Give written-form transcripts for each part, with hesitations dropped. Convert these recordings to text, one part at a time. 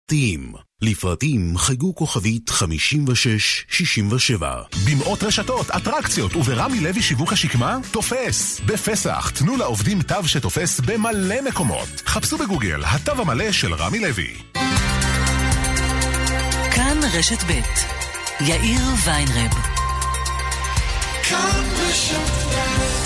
תיים. לפרטים חייגו כוכבית 5667. במאות רשתות, אטרקציות וברמי לוי שיווק השקמה תופס. בפסח תנו לעובדים תו שתופס במלא מקומות. חפשו בגוגל התו המלא של רמי לוי. כאן רשת ב' יאיר ויינרב. כאן רשת ב'.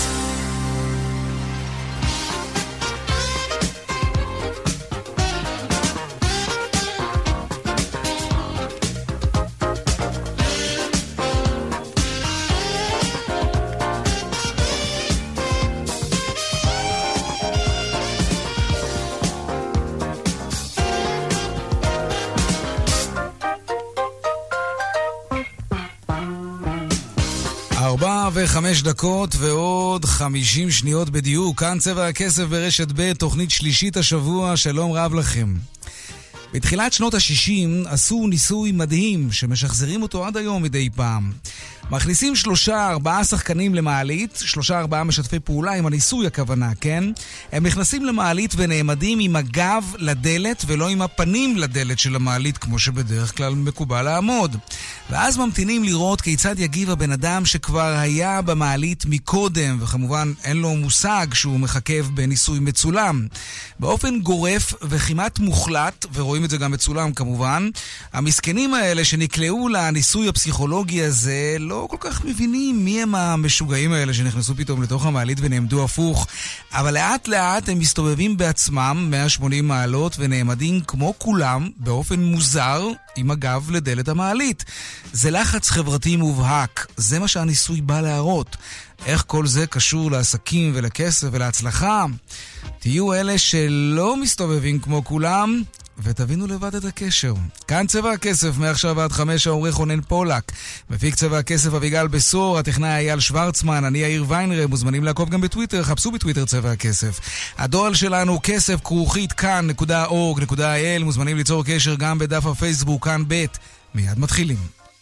ו5 דקות ועוד 50 שניות בדיוק. כאן צבע הכסף ברשת ב', תוכנית שלישית השבוע. שלום רב לכם. בתחילת שנות ה-60 עשו ניסוי מדהים שמשחזרים אותו עד היום מדי פעם. מכניסים 3-4 שחקנים למעלית, 3-4 משתפי פעולה עם הניסוי הכוונה, כן? הם נכנסים למעלית ונעמדים עם הגב לדלת ולא עם הפנים לדלת של המעלית כמו שבדרך כלל מקובל לעמוד. ואז ממתינים לראות כיצד יגיב הבן אדם שכבר היה במעלית מקודם, וכמובן אין לו מושג שהוא מחכב בניסוי מצולם. באופן גורף וכמעט מוחלט, ורואים את זה גם מצולם כמובן, המסכנים האלה שנקלעו לניסוי הפסיכולוגי הזה לא כל כך מבינים מי הם המשוגעים האלה שנכנסו פתאום לתוך המעלית ונעמדו הפוך, אבל לאט לאט הם מסתובבים בעצמם 180 מעלות ונעמדים כמו כולם באופן מוזר עם הגב לדלת המעלית. זה לחץ חברתי מובהק, זה מה שהניסוי בא להראות. איך כל זה קשור לעסקים ולכסף ולהצלחה? תהיו אלה שלא מסתובבים כמו כולם ותבינו לבד את הקשר. כאן צבע הכסף, מעכשיו עד 5, העורך רונן פולק, מפיק צבע הכסף אביגל בסור, הטכנאי אייל שוורצמן, אני יאיר ויינרב. מוזמנים לעקוב גם בטוויטר, חפשו בטוויטר צבע הכסף. הדואל שלנו כסף@כאן.org.il. מוזמנים ליצור קשר גם בדף הפייסבוק כאן ב'. מיד מתחילים.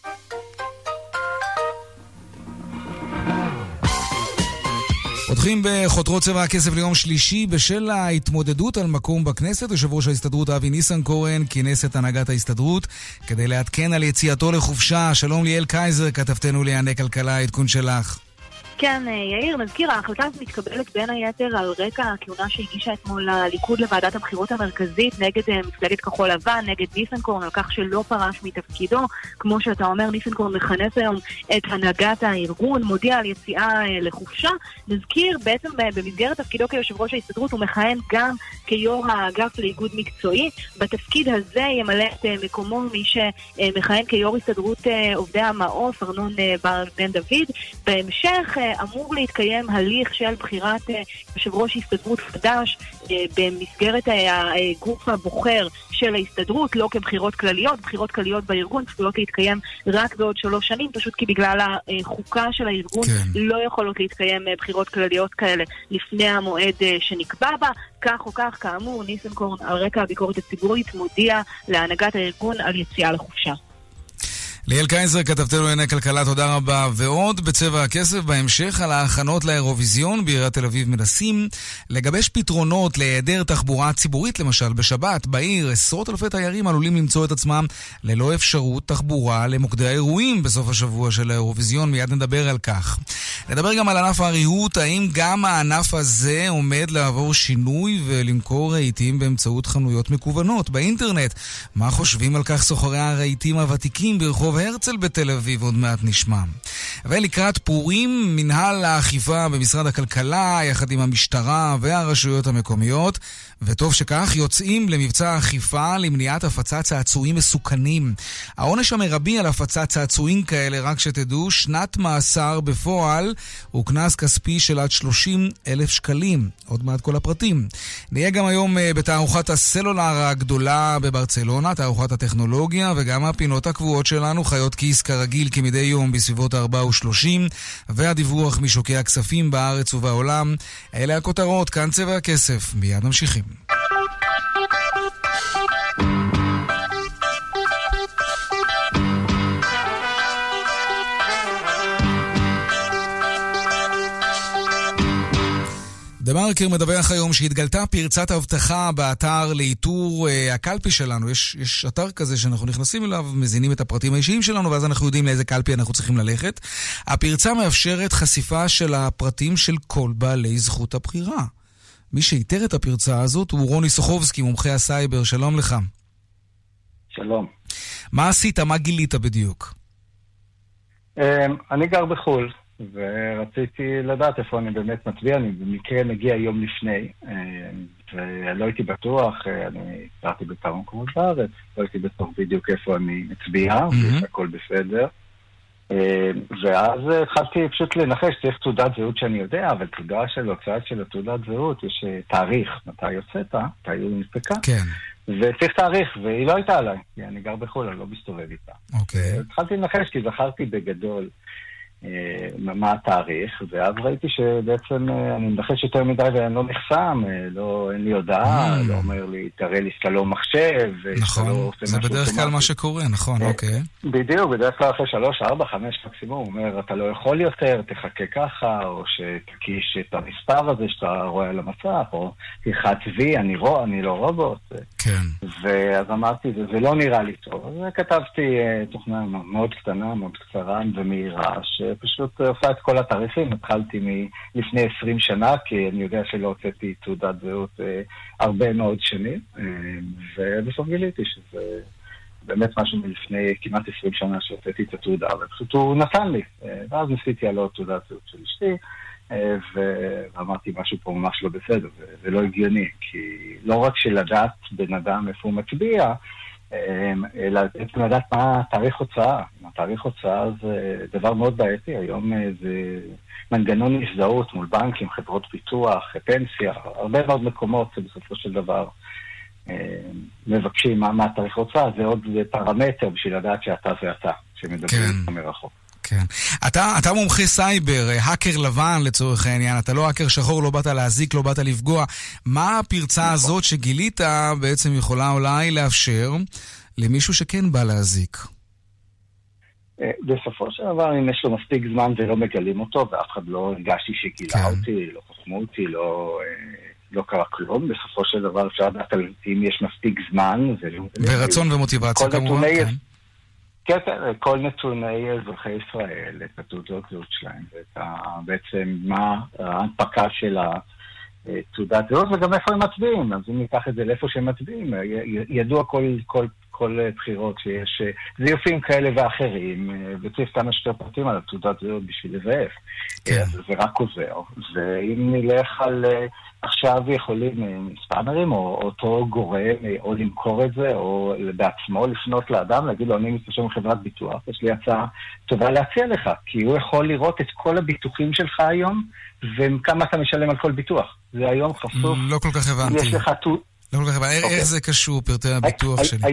פותחים בחותרות צבע הכסף ליום שלישי. בשל ההתמודדות על מקום בכנסת, יושב ראש ההסתדרות אבי ניסנקורן כינס את הנהגת ההסתדרות כדי לעדכן על יציאתו לחופשה. שלום ליאל קייזר, כתבתנו לענייני כלכלה, העדכון שלך. כן, יאיר, נזכיר, ההחלטה הזאת מתקבלת בין היתר על רקע הכהונה שהגישה אתמול הליכוד לוועדת הבחירות המרכזית נגד מפלגת כחול לבן, נגד ניסנקורן, על כך שלא פרש מתפקידו. כמו שאתה אומר, ניסנקורן מכנס היום את הנהגת הארגון, מודיע על יציאה לחופשה. נזכיר, בעצם במסגרת תפקידו כיושב ראש ההסתדרות, הוא מכהן גם כיו"ר האגף לאיגוד מקצועי. בתפקיד הזה ימלא את מקומו מי שמכהן כיו"ר הסתדרות עובדי המעוף, ארנון בר בן דוד. בהמשך אמור להתקיים הליך של בחירת יושב ראש הסתדרות חדש במסגרת הגוף הבוחר של ההסתדרות, לא כבחירות כלליות. בחירות כלליות בארגון צפויות להתקיים רק בעוד 3 שנים, פשוט כי בגלל החוקה של הארגון לא יכולות להתקיים בחירות כלליות כאלה לפני המועד שנקבע בה. כך או כך, כאמור, ניסנקורן על רקע הביקורת הציבורית מודיע להנהגת הארגון על יציאה לחופשה. ליאל קייזר, כתבתנו לענייני כלכלה, תודה רבה. ועוד בצבע הכסף, בהמשך על ההכנות לאירוויזיון בעיריית תל אביב מנסים לגבש פתרונות להיעדר תחבורה ציבורית, למשל בשבת בעיר. עשרות אלפי תיירים עלולים למצוא את עצמם ללא אפשרות תחבורה למוקדי האירועים בסוף השבוע של האירוויזיון. מיד נדבר על כך. נדבר גם על ענף הריהוט, האם גם הענף הזה עומד לעבור שינוי ולמכור רהיטים באמצעות חנויות מקוונות באינטרנט. מה חושבים על כך סוחרי הרהיטים הוותיקים ברחוב הרצל בתל אביב? עוד מעט נשמע. ולקראת פורים, מנהל האכיפה במשרד הכלכלה יחד עם המשטרה והרשויות המקומיות, וטוב שכך, יוצאים למבצע אכיפה למניעת הפצת צעצועים מסוכנים. העונש המרבי על הפצת צעצועים כאלה, רק שתדעו, שנת מאסר בפועל וקנס כספי של עד 30,000 שקלים. עוד מעט כל הפרטים. נהיה גם היום בתערוכת הסלולר הגדולה בברצלונה, תערוכת הטכנולוגיה, וגם הפינות הקבועות שלנו, חיות כיס כרגיל כמדי יום בסביבות 4:30, והדיווח משוקי הכספים בארץ ובעולם. אלה הכותרות, כאן צבע הכסף. מיד ממשיכים. דה-מרקר מדווח היום שהתגלתה פרצת הבטחה באתר לאיתור הקלפי שלנו. יש אתר כזה שאנחנו נכנסים אליו, מזינים את הפרטים האישיים שלנו, ואז אנחנו יודעים לאיזה קלפי אנחנו צריכים ללכת. הפרצה מאפשרת חשיפה של הפרטים של כל בעלי זכות הבחירה. מי שאיתר את הפרצה הזאת הוא רוני סוחובסקי, מומחה הסייבר. שלום לך. שלום. מה עשית? מה גילית בדיוק? אני גר בחול, ורציתי לדעת איפה אני באמת מצביע. אני במקרה מגיע יום לפני, ולא הייתי בטוח, אני קראתי בכמה מקומות בארץ, לא הייתי בטוח בדיוק איפה אני מצביע, והכל בסדר. ואז התחלתי פשוט לנחש, צריך תעודת זהות שאני יודע, אבל תעודה של הוצאת של התעודת זהות, יש תאריך, מתי יוצאת, מתי היא נספקה. כן. וצריך תאריך, והיא לא הייתה עליי, כי אני גר בחול, אני לא מסתובב איתה. אוקיי. התחלתי לנחש, כי זכרתי בגדול מה התאריך, ואז ראיתי שבעצם אני מנחש יותר מדי ואני לא נחסם, אין לי הודעה, לא אומר לי, תראה לי סלום מחשב. נכון, זה בדרך כלל מה שקורה, נכון, אוקיי. בדיוק, בדרך כלל אחרי 3, 4, 5 מקסימום, הוא אומר, אתה לא יכול יותר, תחכה ככה, או שתקיש את המספר הזה שאתה רואה על המצח, או תלחץ וי, אני לא רובוט. כן. ואז אמרתי, זה לא נראה לי טוב. אז כתבתי תוכנה מאוד קטנה, מאוד קצרה ומהירה, שפשוט עושה את כל התאריכים. התחלתי מלפני 20 שנה, כי אני יודע שלא הוצאתי תעודת זהות הרבה מאוד שנים, ובסוף גיליתי שזה באמת משהו מלפני כמעט 20 שנה שהוצאתי את התעודה, ופשוט הוא נתן לי. ואז ניסיתי על עוד תעודת זהות של אשתי, ואמרתי משהו פה ממש לא בסדר, זה לא הגיוני, כי לא רק שלדעת בן אדם איפה הוא מצביע, אלא בעצם לדעת מה תאריך הוצאה. תאריך הוצאה זה דבר מאוד בעייתי. היום זה מנגנון הזדהות מול בנקים, חברות פיתוח, פנסיה, הרבה מאוד מקומות שבסופו של דבר מבקשים מה תאריך הוצאה. זה עוד פרמטר בשביל לדעת שאתה ואתה, שמדברים מרחוק. כן. אתה מומחה סייבר, האקר לבן לצורך העניין, אתה לא האקר שחור, לא באת להזיק, לא באת לפגוע. מה הפרצה הזאת שגילית בעצם יכולה אולי לאפשר למישהו שכן בא להזיק? בסופו של דבר, אם יש לו מספיק זמן ולא מגלים אותו, ואף אחד לא הרגשתי שגילה אותי, לא חסמו אותי, לא קרה כלום. בסופו של דבר אפשר לדעת אם יש מספיק זמן. ורצון ומוטיבציה כמובן, כן. כן, כל נתוני אזרחי ישראל, את התעודות זהות שלהם, ואת בעצם מה ההנפקה של התעודת זהות, וגם איפה הם מצביעים. אז אם ניקח את זה לאיפה שהם מצביעים, ידוע כל בחירות שיש זיופים כאלה ואחרים, וצריך כמה שיותר פרטים על התעודת זהות בשביל לזייף. זה רק עוזר. ואם נלך על עכשיו יכולים ספאמרים או אותו גורם או למכור את זה או בעצמו לפנות לאדם, להגיד לו, אני מתקשר מחברת ביטוח, יש לי הצעה טובה להציע לך, כי הוא יכול לראות את כל הביטוחים שלך היום וכמה אתה משלם על כל ביטוח. זה היום חשוף. לא כל כך הבנתי. יש לך לא כל כך הבנתי. איך זה קשור פרטי הביטוח שלי?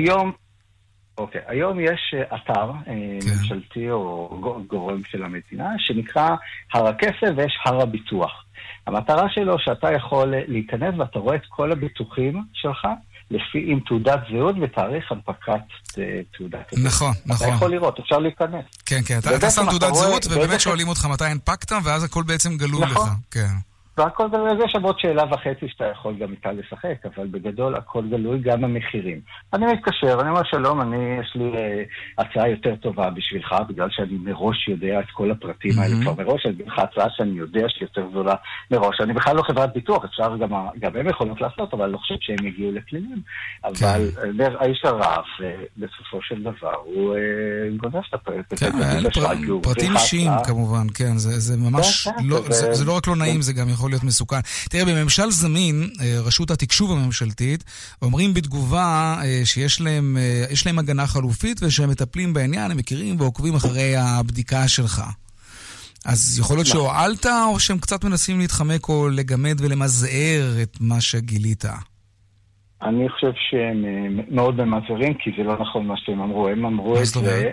היום יש אתר ממשלתי או גורם של המדינה שנקרא הר הכסף, ויש הר הביטוח. המטרה שלו שאתה יכול להיכנס ואתה רואה את כל הביטוחים שלך לפי עם תעודת זהות ותאריך הנפקת תעודת זהות. נכון. אתה יכול לראות, אפשר להיכנס. כן, אתה שם תעודת זהות ובאמת שואלים אותך מתי הנפקת ואז הכל בעצם גלוי לך. כן. והכל גלוי, יש עוד שאלה וחצי שאתה יכול גם איתה לשחק, אבל בגדול הכל גלוי, גם המחירים. אני מתקשר, אני אומר שלום, יש לי הצעה יותר טובה בשבילך, בגלל שאני מראש יודע את כל הפרטים האלה כבר מראש, אני בגלל הצעה שאני יודע שהיא יותר זולה מראש. אני בכלל לא חברת ביטוח, אפשר גם הם יכולות לעשות, אבל לא חושב שהם יגיעו לפלילים. אבל האיש הרב, בסופו של דבר, הוא גונב את פרטים אישיים כמובן, כן, זה ממש, זה לא רק לא נעים, זה גם יכול להיות מסוכן. תראה, בממשל זמין, רשות התקשוב הממשלתית, אומרים בתגובה שיש להם הגנה חלופית ושהם מטפלים בעניין, הם מכירים ועוקבים אחרי הבדיקה שלך. אז יכול להיות שהועלת או שהם קצת מנסים להתחמק או לגמד ולמזער את מה שגילית? אני חושב שהם מאוד ממזערים, כי זה לא נכון מה שהם אמרו. הם אמרו את זה,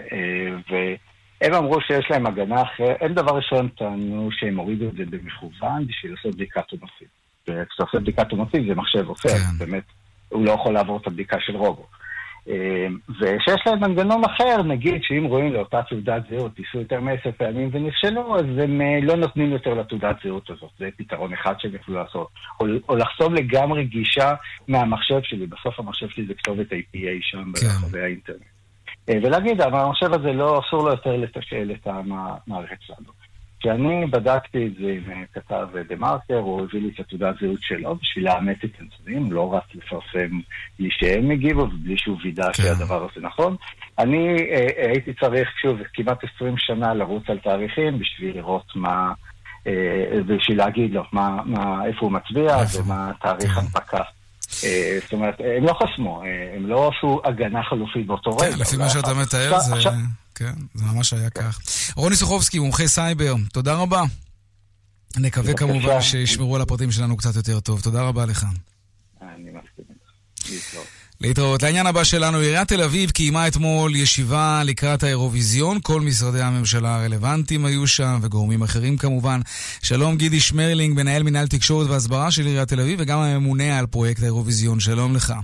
הם אמרו שיש להם הגנה אחרת. אין דבר ראשון טענו שהם הורידו את זה במכוון בשביל לעשות בדיקת עומסים. וכשאתה עושה בדיקת עומסים זה מחשב עושה, באמת הוא לא יכול לעבור את הבדיקה של רובוט. ושיש להם מנגנון אחר, נגיד שאם רואים לאותה תעודת זהות, ניסו יותר מ10 פעמים ונכשלו, אז הם לא נותנים יותר לתעודת זהות הזאת. זה פתרון אחד שהם יכולו לעשות. או לחסום לגמרי גישה מהמחשב שלי. בסוף המחשב שלי זה כתובת APA שם ברחבי האינטרנט. ולהגיד, המחשב הזה לא אסור לו יותר לתשאל את המערכת שלנו. כשאני בדקתי את זה עם כתב דה-מרקר, הוא הביא לי את התעודת זהות שלו בשביל לאמת את הנתונים, לא רק לפרסם בלי שהם הגיבו ובלי שהוא וידע שהדבר הזה נכון. אני הייתי צריך, שוב, כמעט 20 שנה לרוץ על תאריכים בשביל לראות מה, בשביל להגיד לו איפה הוא מצביע ומה תאריך הנפקה. זאת אומרת, הם לא חסמו, הם לא עשו הגנה חלופית באותו רגע. כן, לפי מה שאתה מתאר זה... כן, זה ממש היה כך. רוני סוחובסקי, מומחה סייבר, תודה רבה. נקווה כמובן שישמרו על הפרטים שלנו קצת יותר טוב. תודה רבה לך. אני מסכים. להתראות. לעניין הבא שלנו, עיריית תל אביב קיימה אתמול ישיבה לקראת האירוויזיון. כל משרדי הממשלה הרלוונטיים היו שם, וגורמים אחרים כמובן. שלום גידי שמרלינג, מנהל מנהל תקשורת והסברה של עיריית תל אביב, וגם הממונה על פרויקט האירוויזיון. שלום לך.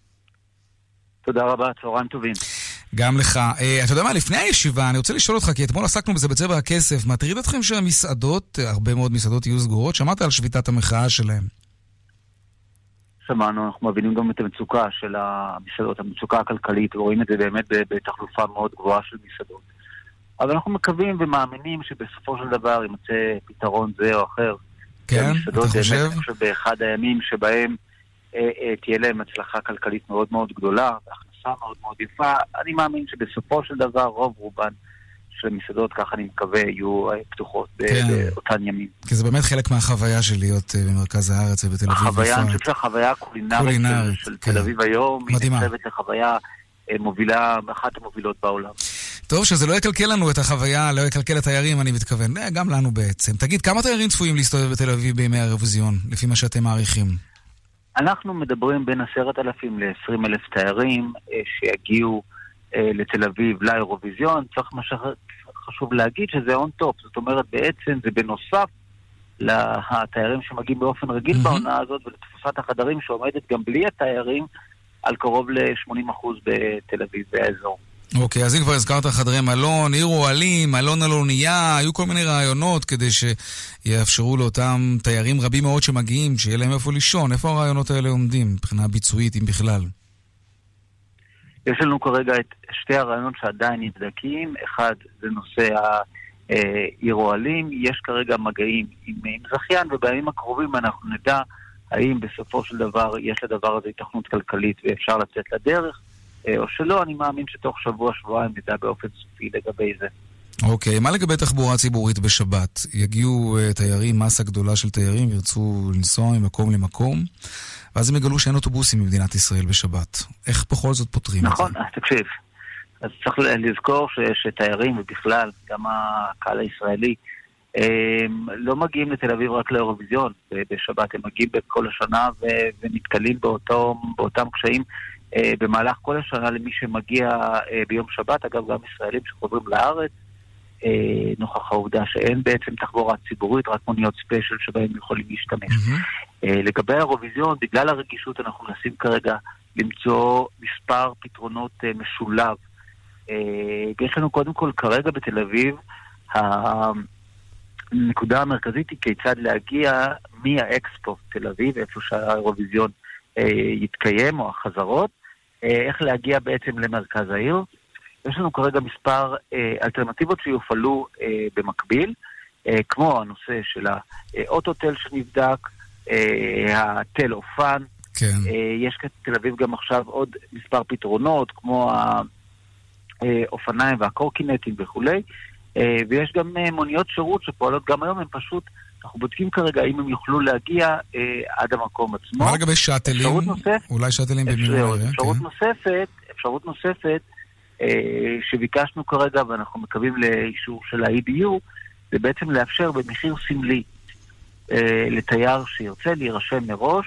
תודה רבה, צהריים טובים. גם לך. אתה יודע מה, לפני הישיבה, אני רוצה לשאול אותך, כי אתמול עסקנו בזה בצבע הכסף, מטריד אתכם שהמסעדות, הרבה מאוד מסעדות יהיו סגורות? שמעת על שביתת המחאה שלהם? שמענו, אנחנו מבינים גם את המצוקה של המסעדות, המצוקה הכלכלית, ורואים את זה באמת בתחלופה מאוד גבוהה של מסעדות. אבל אנחנו מקווים ומאמינים שבסופו של דבר יימצא פתרון זה או אחר. כן, אתה חושב? אני חושב באחד הימים שבהם תהיה להם הצלחה כלכלית מאוד מאוד גדולה, והכנסה מאוד מאוד יפה. אני מאמין שבסופו של דבר רוב רובן של המסעדות, ככה אני מקווה, יהיו פתוחות באותן ימים. כי זה באמת חלק מהחוויה של להיות במרכז הארץ ובתל אביב. החוויה, אני חושב שהחוויה הקולינרית של תל אביב היום, היא נחשבת לחוויה מובילה, אחת המובילות בעולם. טוב, שזה לא יקלקל לנו את החוויה, לא יקלקל את תיירים, אני מתכוון. גם לנו בעצם. תגיד, כמה תיירים צפויים להסתובב בתל אביב בימי האירוויזיון, לפי מה שאתם מעריכים? אנחנו מדברים בין 10,000 ל-20,000 תיירים שיגיעו לתל אביב לאירוויזיון. צריך מה שחשוב להגיד שזה on top, זאת אומרת בעצם זה בנוסף לתיירים שמגיעים באופן רגיל בעונה הזאת, ולתפוסת החדרים שעומדת גם בלי התיירים על קרוב ל-80% בתל אביב והאזור. אוקיי, אז אם כבר הזכרת חדרי מלון, עיר אוהלים, מלון על אונייה, היו כל מיני רעיונות כדי שיאפשרו לאותם תיירים רבים מאוד שמגיעים, שיהיה להם איפה לישון. איפה הרעיונות האלה עומדים, מבחינה ביצועית, אם בכלל? יש לנו כרגע את שתי הרעיונות שעדיין נבדקים. אחד זה נושא העיר אוהלים. יש כרגע מגעים עם זכיין, ובימים הקרובים אנחנו נדע האם בסופו של דבר יש לדבר הזה התכנות כלכלית ואפשר לצאת לדרך. או שלא, אני מאמין שתוך שבוע-שבועיים נדע באופן סופי לגבי זה. אוקיי, מה לגבי תחבורה ציבורית בשבת? יגיעו תיירים, מסה גדולה של תיירים, ירצו לנסוע ממקום למקום, ואז הם יגלו שאין אוטובוסים במדינת ישראל בשבת. איך בכל זאת פותרים את זה? נכון, תקשיב. אז צריך לזכור שתיירים, ובכלל, גם הקהל הישראלי, לא מגיעים לתל אביב רק לאירוויזיון בשבת, הם מגיעים בכל השנה ונתקלים באותם קשיים במהלך כל השנה למי שמגיע ביום שבת, אגב גם ישראלים שחוזרים לארץ, נוכח העובדה שאין בעצם תחבורה ציבורית, רק מוניות ספיישל שבהם יכולים להשתמש. לגבי האירוויזיון, בגלל הרגישות אנחנו מנסים כרגע למצוא מספר פתרונות משולב. יש לנו קודם כל כרגע בתל אביב, הנקודה המרכזית היא כיצד להגיע מהאקספו תל אביב, איפה שהאירוויזיון יתקיים, או החזרות, איך להגיע בעצם למרכז העיר. יש לנו כרגע מספר אלטרנטיבות שיופעלו במקביל, כמו הנושא של האוטוטל שנבדק, הטל אופן, כן. יש בתל אביב גם עכשיו עוד מספר פתרונות, כמו האופניים והקורקינטים וכו', ויש גם מוניות שירות שפועלות גם היום, הם פשוט, אנחנו בודקים כרגע אם הם יוכלו להגיע עד המקום עצמו. מה לגבי שאטלים? אולי שאטלים במילון. אפשרות נוספת שביקשנו כרגע ואנחנו מקווים לאישור של ה-EBU, זה בעצם לאפשר במחיר סמלי לתייר שירצה להירשם מראש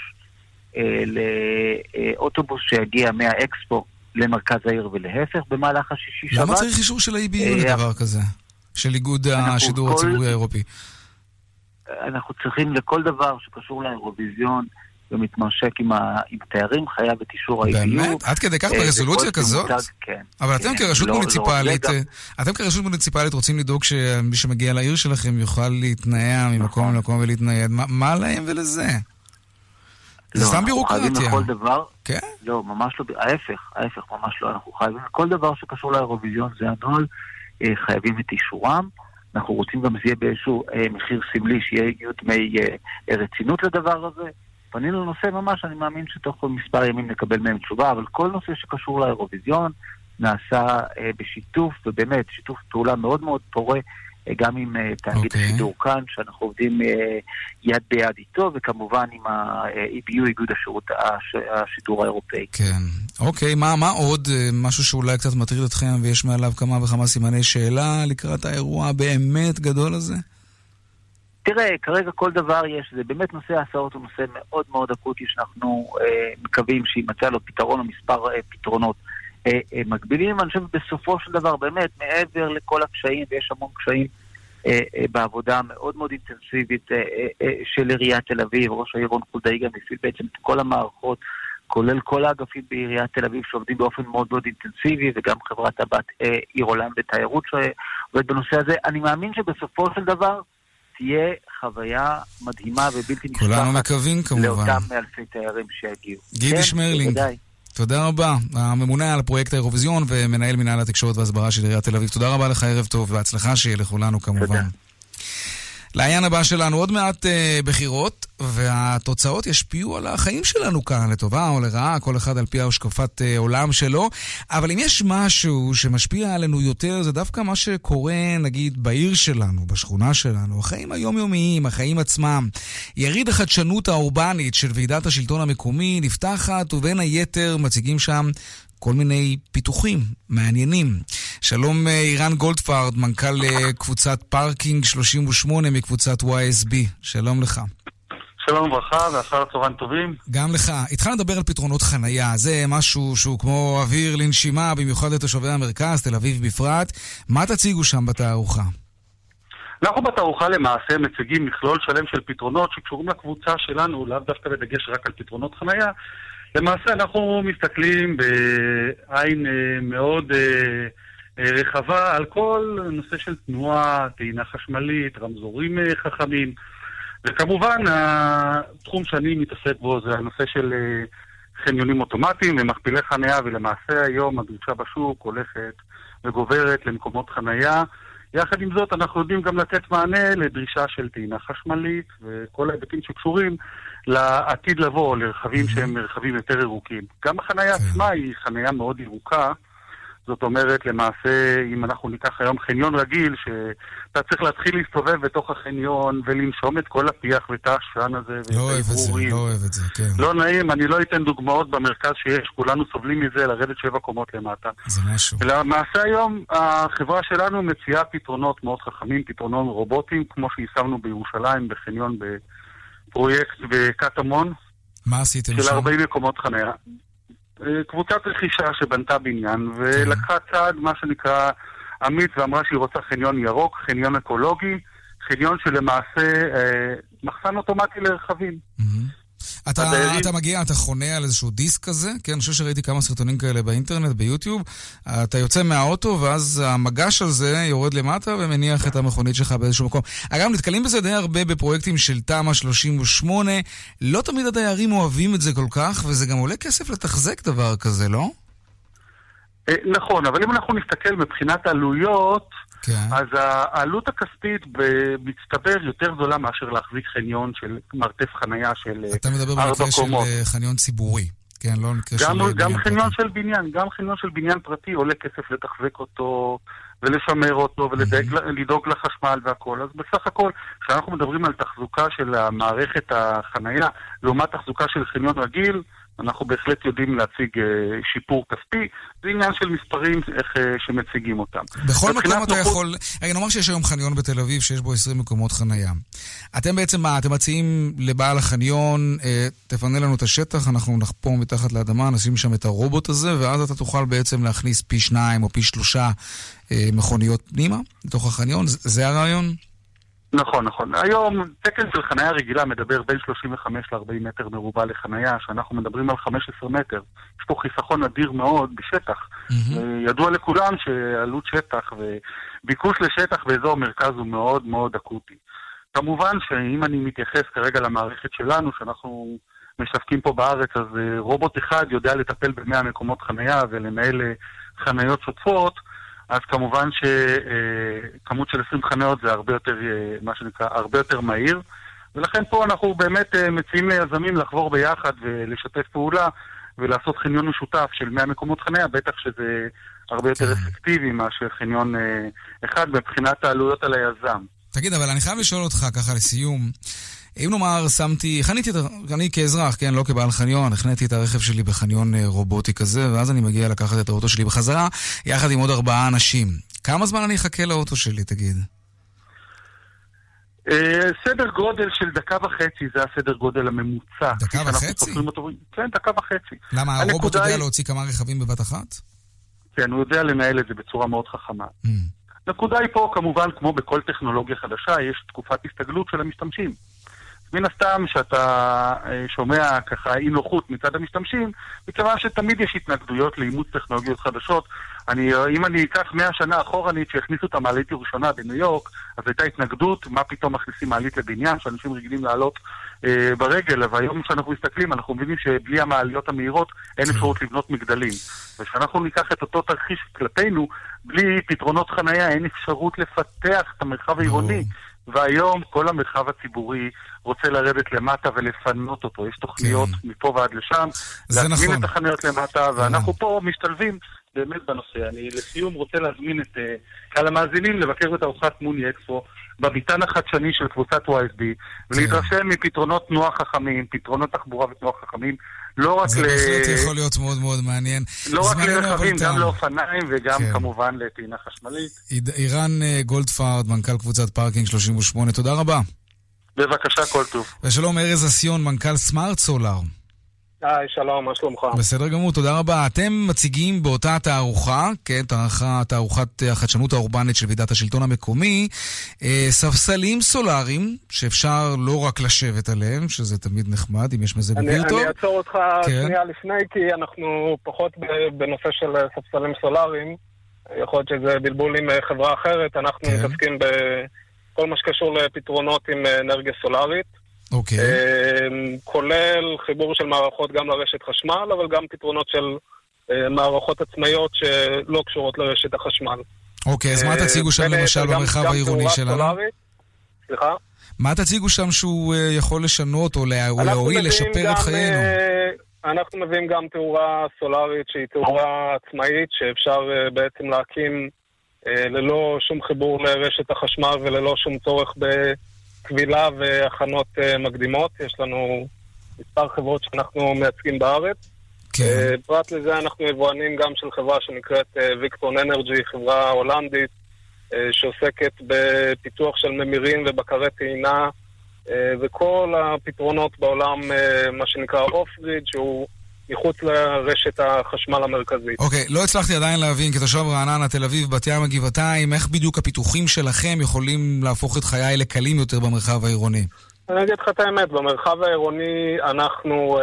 לאוטובוס שיגיע מהאקספו למרכז העיר ולהפך במהלך השישי שבת. למה צריך אישור של ה-EBU לדבר כזה? של איגוד השידור הציבורי האירופי? אנחנו צריכים לכל דבר שקשור לאירוויזיון ומתממשק עם התיירים, חייב את אישור ה-IBU. באמת? עד כדי כך ברזולוציה כזאת? כן. אבל אתם כרשות מוניציפלית, רוצים לדאוג שמי שמגיע לעיר שלכם יוכל להתנאע ממקום למקום ולהתנייד. מה להם ולזה? זה סתם בירוקרטיה. אנחנו חייבים לכל דבר. כן? לא, ממש לא. ההפך, ממש לא. אנחנו חייבים לכל דבר שקשור לאירוויזיון, זה הנוהל, חייבים את אישורם. אנחנו רוצים גם שיהיה באיזשהו מחיר סמלי, שיהיה דמי רצינות לדבר הזה. פנינו לנושא ממש, אני מאמין שתוך מספר ימים נקבל מהם תשובה, אבל כל נושא שקשור לאירוויזיון נעשה בשיתוף, ובאמת שיתוף פעולה מאוד מאוד פורה, גם עם תאגיד השידור כאן, שאנחנו עובדים יד ביד איתו, וכמובן עם ה-EBU, איגוד השידור האירופאי. כן. אוקיי, מה עוד? משהו שאולי קצת מטריד אתכם, ויש מעליו כמה וכמה סימני שאלה לקראת האירוע באמת גדול הזה? תראה, כרגע כל דבר יש, זה באמת נושא ההסעות הוא נושא מאוד מאוד אקוטי, שאנחנו מקווים שימצא לו פתרון או מספר פתרונות מקבילים. אני חושב בסופו של דבר, באמת, מעבר לכל הקשיים, ויש המון קשיים בעבודה מאוד מאוד אינטנסיבית של עיריית תל אביב, ראש העיר רון חולדאי גם הפעיל בעצם את כל המערכות, כולל כל האגפים בעיריית תל אביב שעובדים באופן מאוד מאוד אינטנסיבי, וגם חברת הבת עיר עולם בתיירות שעובד בנושא הזה. אני מאמין שבסופו של דבר תהיה חוויה מדהימה ובלתי נשכחת. כולנו מקווים כמובן. לאותם אלפי תיירים שיגיעו. גידי שמרלינג. תודה רבה. הממונה על פרויקט האירוויזיון ומנהל מנהל התקשורת והסברה של עיריית תל אביב. תודה רבה לך, ערב טוב והצלחה שיהיה לכולנו כמובן. תודה. לעניין הבא שלנו, עוד מעט בחירות, והתוצאות ישפיעו על החיים שלנו כאן, לטובה או לרעה, כל אחד על פי השקפת עולם שלו, אבל אם יש משהו שמשפיע עלינו יותר, זה דווקא מה שקורה, נגיד, בעיר שלנו, בשכונה שלנו, החיים היומיומיים, החיים עצמם. יריד החדשנות האורבנית של ועידת השלטון המקומי נפתחת, ובין היתר מציגים שם כל מיני פיתוחים מעניינים. שלום אירן גולדפרד, מנכ"ל קבוצת פארקינג 38 מקבוצת YSB. שלום לך. שלום וברכה, ואחר צהריים טובים. גם לך. התחלנו לדבר על פתרונות חנייה. זה משהו שהוא כמו אוויר לנשימה, במיוחד לתושבי המרכז, תל אביב בפרט. מה תציגו שם בתערוכה? אנחנו בתערוכה למעשה מציגים מכלול שלם של פתרונות שקשורים לקבוצה שלנו, לאו דווקא בדגש רק על פתרונות חנייה. למעשה אנחנו מסתכלים בעין מאוד רחבה על כל נושא של תנועה, טעינה חשמלית, רמזורים חכמים, וכמובן התחום שאני מתעסק בו זה הנושא של חניונים אוטומטיים ומכפילי חניה, ולמעשה היום הדרישה בשוק הולכת וגוברת למקומות חניה. יחד עם זאת אנחנו יודעים גם לתת מענה לדרישה של טעינה חשמלית וכל ההיבטים שקשורים לעתיד לבוא, לרכבים שהם רכבים יותר ירוקים. גם החניה עצמה היא חניה מאוד ירוקה, זאת אומרת, למעשה, אם אנחנו ניקח היום חניון רגיל, שאתה צריך להתחיל להסתובב בתוך החניון ולנשום את כל הפיח ואת העשן הזה. לא אוהב את זה, כן. לא נעים, אני לא אתן דוגמאות במרכז שיש, כולנו סובלים מזה, לרדת 7 קומות למטה. זה משהו. למעשה היום, החברה שלנו מציעה פתרונות מאוד חכמים, פתרונות רובוטיים, כמו שיישמנו בירושלים, בחניון בפרויקט בקטמון. מה עשיתם שם? של 40 מקומות חניה. קבוצת רכישה שבנתה בניין ולקחה צעד מה שנקרא אמיץ ואמרה שהיא רוצה חניון ירוק, חניון אקולוגי, חניון שלמעשה מחסן אוטומטי לרכבים. אתה מגיע, אתה חונה על איזשהו דיסק כזה, כן, אני חושב שראיתי כמה סרטונים כאלה באינטרנט, ביוטיוב, אתה יוצא מהאוטו ואז המגש על זה יורד למטה ומניח את המכונית שלך באיזשהו מקום. אגב, נתקלים בזה די הרבה בפרויקטים של תמ"א 38, לא תמיד הדיירים אוהבים את זה כל כך, וזה גם עולה כסף לתחזק דבר כזה, לא? נכון, אבל אם אנחנו נסתכל מבחינת עלויות, אז העלות הכספית במצטבר יותר גדולה מאשר להחזיק חניון של מרתף חנייה של 4 קומות. אתה מדבר במקרה של חניון ציבורי, כן, לא במקרה של בניין פרטי. גם חניון של בניין, גם חניון של בניין פרטי עולה כסף לתחזק אותו ולשמר אותו ולדאוג לחשמל והכל. אז בסך הכל, כשאנחנו מדברים על תחזוקה של המערכת החנייה לעומת תחזוקה של חניון רגיל, אנחנו בהחלט יודעים להציג שיפור כספי, זה עניין של מספרים איך שמציגים אותם. בכל מקום אתה יכול, נאמר שיש היום חניון בתל אביב שיש בו 20 מקומות חנייה. אתם בעצם מה? אתם מציעים לבעל החניון, תפנה לנו את השטח, אנחנו נחפור מתחת לאדמה, נשים שם את הרובוט הזה, ואז אתה תוכל בעצם להכניס פי 2 או פי 3 מכוניות פנימה לתוך החניון, זה הרעיון? נכון, נכון. היום תקן של חנייה רגילה מדבר בין 35 ל-40 מטר מרובע לחנייה, שאנחנו מדברים על 15 מטר. יש פה חיסכון אדיר מאוד בשטח. ידוע לכולם שעלות שטח וביקוש לשטח באזור המרכז הוא מאוד מאוד אקוטי. כמובן שאם אני מתייחס כרגע למערכת שלנו, שאנחנו משווקים פה בארץ, אז רובוט אחד יודע לטפל ב100 מקומות חנייה ולנהל חניות שוטפות, אז כמובן שכמות של 20 חניות זה הרבה יותר, מה שנקרא, הרבה יותר מהיר, ולכן פה אנחנו באמת מציעים ליזמים לחבור ביחד ולשתף פעולה ולעשות חניון משותף של 100 מקומות חניה, בטח שזה הרבה יותר אפקטיבי מאשר חניון אחד מבחינת העלויות על היזם. תגיד, אבל אני חייב לשאול אותך ככה לסיום, אם נאמר אני כאזרח, כן, לא כבעל חניון, הכנתי את הרכב שלי בחניון רובוטי כזה, ואז אני מגיע לקחת את האוטו שלי בחזרה, יחד עם עוד 4 אנשים. כמה זמן אני אחכה לאוטו שלי, תגיד? סדר גודל של 1.5 דקות, זה הסדר גודל הממוצע. 1.5 דקות? כן, 1.5 דקות. למה, הרובוט יודע להוציא כמה רכבים בבת אחת? כן, הוא יודע לנהל את זה בצורה מאוד חכמה. נקודה היא פה, כמובן, כמו בכל טכנולוגיה חדשה, יש תקופת הסתגלות של המשתמשים. מן הסתם שאתה שומע ככה אי נוחות מצד המשתמשים, מכיוון שתמיד יש התנגדויות לאימוץ טכנולוגיות חדשות. אם אני אקח 100 שנה אחורנית שהכניסו את המעלית הראשונה בניו יורק, אז הייתה התנגדות, מה פתאום מכניסים מעלית לבניין, שאנשים רגילים לעלות ברגל, אבל היום שאנחנו מסתכלים, אנחנו מבינים שבלי המעליות המהירות אין אפשרות לבנות מגדלים. ושאנחנו ניקח את אותו תרחיש כלפינו, בלי פתרונות חנייה אין אפשרות לפתח את המרחב העירוני. והיום כל המרחב הציבורי רוצה לרדת למטה ולפנות אותו. יש תוכניות מפה ועד לשם, להזמין את החניות למטה, ואנחנו פה משתלבים באמת בנושא. אני לסיום רוצה להזמין את קהל המאזינים לבקר בתערוכת מוני אקספו, בביתן החדשני של קבוצת YSB, ולהתרשם מפתרונות תנועה חכמים, פתרונות תחבורה ותנועה חכמים, לא רק זה בהחלט יכול להיות מאוד מאוד מעניין. לא רק לרכבים, גם לאופניים וגם כמובן לטעינה חשמלית. אירן גולדפרד, מנכ"ל קבוצת פארקינג 38, תודה רבה. בבקשה, כל טוב. ושלום, ארז אסיון, מנכ"ל סמארט סולאר. שלום, מה שלומך? בסדר גמור, תודה רבה. אתם מציגים באותה תערוכה, כן, תערוכת החדשנות האורבנית של ועידת השלטון המקומי, ספסלים סולאריים, שאפשר לא רק לשבת עליהם, שזה תמיד נחמד, אם יש מזג אוויר טוב. אני אעצור אותך שנייה לפני, כי אנחנו פחות בנושא של ספסלים סולאריים, יכול להיות שזה בלבול עם חברה אחרת, אנחנו מתעסקים בכל מה שקשור לפתרונות עם אנרגיה סולארית. אוקיי. כולל חיבור של מערכות גם לרשת חשמל, אבל גם פתרונות של מערכות עצמאיות שלא קשורות לרשת החשמל. אוקיי, אז מה תציגו שם למשל במרחב העירוני שלנו? סליחה? מה תציגו שם שהוא יכול לשנות או להועיל, לשפר את חיינו? אנחנו מביאים גם תאורה סולארית שהיא תאורה עצמאית, שאפשר בעצם להקים ללא שום חיבור לרשת החשמל וללא שום צורך קבילה והכנות מקדימות. יש לנו מספר חברות שאנחנו מייצגים בארץ. כן. פרט לזה אנחנו יבואנים גם של חברה שנקראת ויקטון אנרג'י, חברה הולנדית, שעוסקת בפיתוח של ממירים ובקרי טעינה, וכל הפתרונות בעולם, מה שנקרא אוף-גריד, שהוא מחוץ לרשת החשמל המרכזית. אוקיי, לא הצלחתי עדיין להבין, כתושב רעננה, תל אביב, בת ים, גבעתיים, איך בדיוק הפיתוחים שלכם יכולים להפוך את חיי לקלים יותר במרחב העירוני? אני אגיד לך את האמת, במרחב העירוני אנחנו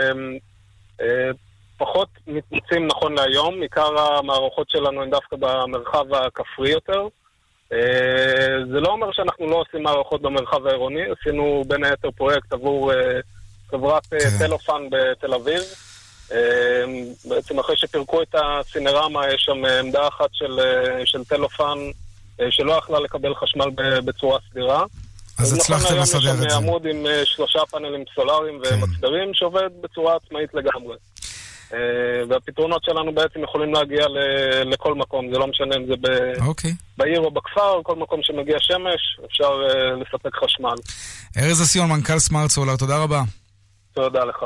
פחות מתמצאים נכון להיום, עיקר המערכות שלנו הן דווקא במרחב הכפרי יותר. זה לא אומר שאנחנו לא עושים מערכות במרחב העירוני, עשינו בין היתר פרויקט עבור חברת טלופן בתל אביב. בעצם אחרי שפרקו את הסינרמה, יש שם עמדה אחת של טלופן שלא יכלה לקבל חשמל בצורה סדירה. אז הצלחתם לסדר את זה. יש שם עמוד עם 3 פאנלים סולאריים ומצברים שעובד בצורה עצמאית לגמרי. והפתרונות שלנו בעצם יכולים להגיע לכל מקום, זה לא משנה אם זה בעיר או בכפר, כל מקום שמגיע שמש, אפשר לספק חשמל. ארז אסיון, מנכ"ל סמארט סולאר, תודה רבה. תודה לך.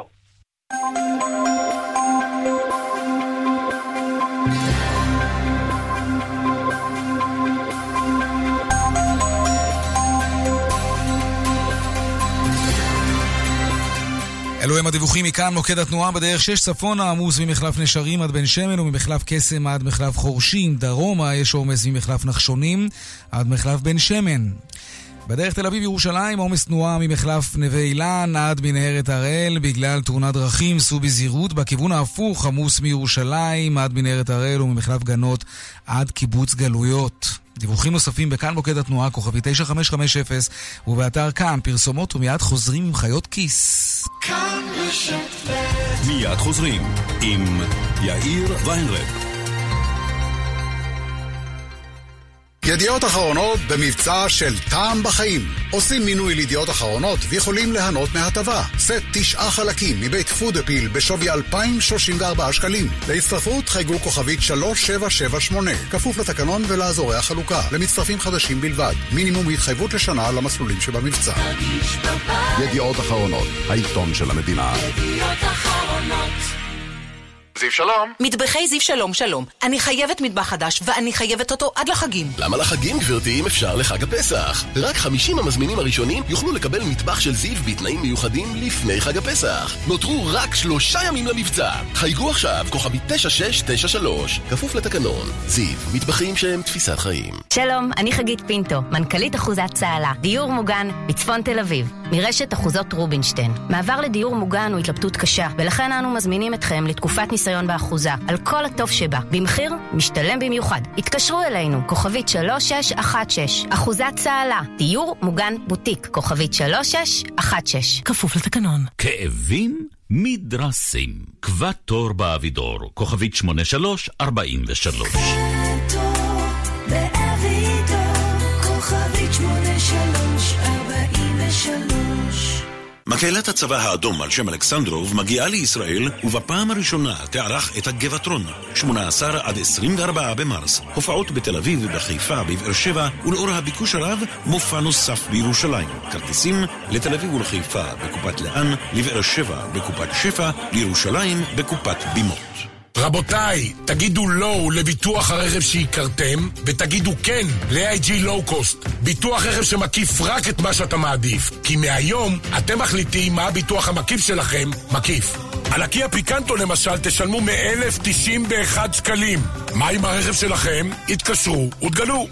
אלו הם הדיווחים מכאן, מוקד התנועה בדרך 6 צפונה, עמוס ממחלף נשרים עד בן שמן וממחלף קסם עד מחלף חורשים. דרומה יש עומס ממחלף נחשונים עד מחלף בן שמן. בדרך תל אביב ירושלים, עומס תנועה ממחלף נווה אילן עד מנהרת הראל בגלל תאונת דרכים, סעו בזהירות. בכיוון ההפוך, עמוס מירושלים עד מנהרת הראל וממחלף גנות עד קיבוץ גלויות. דיווחים נוספים בכאן מוקד התנועה, כוכבי 9550, ובאתר כאן פרסומות ומיד חוזרים עם חיות כיס. מיד חוזרים עם יאיר ויינרב. ידיעות אחרונות במבצע של טעם בחיים. עושים מינוי לידיעות אחרונות ויכולים ליהנות מהטבה. סט 9 חלקים מבית פודפיל בשווי 2,034 שקלים. להצטרפות חייגו כוכבית 3778. כפוף לתקנון ולאזורי החלוקה. למצטרפים חדשים בלבד. מינימום התחייבות לשנה למסלולים שבמבצע. ידיעות אחרונות, העיתון של המדינה. ידיעות אחרונות. זיו שלום. מטבחי זיו שלום, שלום. אני חייבת מטבח חדש, ואני חייבת אותו עד לחגים. למה לחגים, גברתי, אם אפשר לחג הפסח? רק 50 המזמינים הראשונים יוכלו לקבל מטבח של זיו בתנאים מיוחדים לפני חג הפסח. נותרו רק 3 ימים למבצע. חייגו עכשיו, כוכבי 9693. כפוף לתקנון. זיו, מטבחים שהם תפיסת חיים. שלום, אני חגית פינטו, מנכ"לית אחוזת צהלה. דיור מוגן בצפון תל אביב. מרשת אחוזות רובינשטיין. מעבר לדיור מוגן הוא התלבטות קשה, ולכן אנו מזמינים אתכם לתקופת ניסיון באחוזה, על כל הטוב שבה, במחיר משתלם במיוחד. התקשרו אלינו, כוכבית 3616, אחוזת צהלה, דיור מוגן בוטיק, כוכבית 3616. כפוף לתקנון. כאבים מדרסים. קבע תור באבידור, כוכבית 8343. כוכבית 8343. מקהלת הצבא האדום על שם אלכסנדרוב מגיעה לישראל, ובפעם הראשונה תערך את הגבעתרון, 18 עד 24 במרס. הופעות בתל אביב ובחיפה, בבאר שבע, ולאור הביקוש הרב, מופע נוסף בירושלים. כרטיסים לתל אביב ולחיפה בקופת לאן, לבאר שבע בקופת שפע, לירושלים בקופת בימות. רבותיי, תגידו לא לביטוח הרכב שהכרתם, ותגידו כן ל-AIG לואו קוסט. ביטוח רכב שמקיף רק את מה שאתה מעדיף. כי מהיום אתם מחליטים מה הביטוח המקיף שלכם מקיף. על הקיה פיקנטו למשל תשלמו 1,091 שקלים. מה עם הרכב שלכם? התקשרו ותגלו.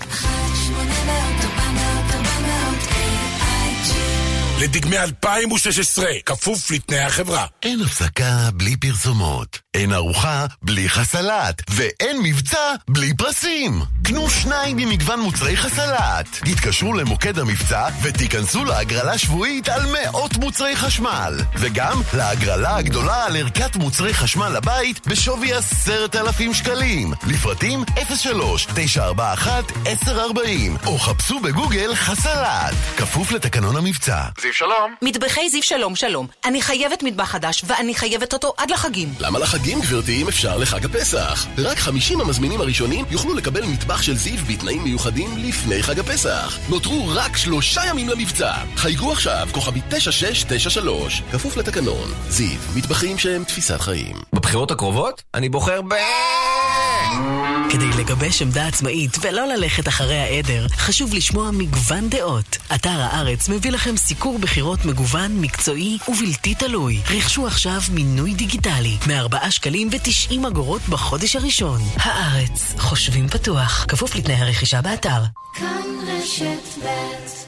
לדגמי 2016, כפוף לתנאי החברה. אין הפסקה בלי פרסומות, אין ארוחה בלי חסלת, ואין מבצע בלי פרסים. קנו 2 ממגוון מוצרי חסלת. התקשרו למוקד המבצע ותיכנסו להגרלה שבועית על מאות מוצרי חשמל. וגם להגרלה הגדולה על ערכת מוצרי חשמל לבית בשווי 10,000 שקלים. לפרטים 03-941-1040 או חפשו בגוגל חסלת. כפוף לתקנון המבצע. זיו שלום. מטבחי זיו שלום, שלום. אני חייבת מטבח חדש, ואני חייבת אותו עד לחגים. למה לחגים, גברתי, אם אפשר לחג הפסח? רק 50 המזמינים הראשונים יוכלו לקבל מטבח של זיו בתנאים מיוחדים לפני חג הפסח. נותרו רק 3 ימים למבצע. חייגו עכשיו, כוכבי 9693. כפוף לתקנון. זיו, מטבחים שהם תפיסת חיים. בבחירות הקרובות אני בוחר כדי לגבש עמדה עצמאית ולא ללכת אחרי העדר, חשוב לשמוע מגוון דעות. אתר הארץ מביא לכם סיקור בחירות מגוון, מקצועי ובלתי תלוי. רכשו עכשיו מינוי דיגיטלי מ4 שקלים ו90 אגורות בחודש הראשון. הארץ, חושבים פתוח. כפוף לתנאי הרכישה באתר. כאן רשת ב'.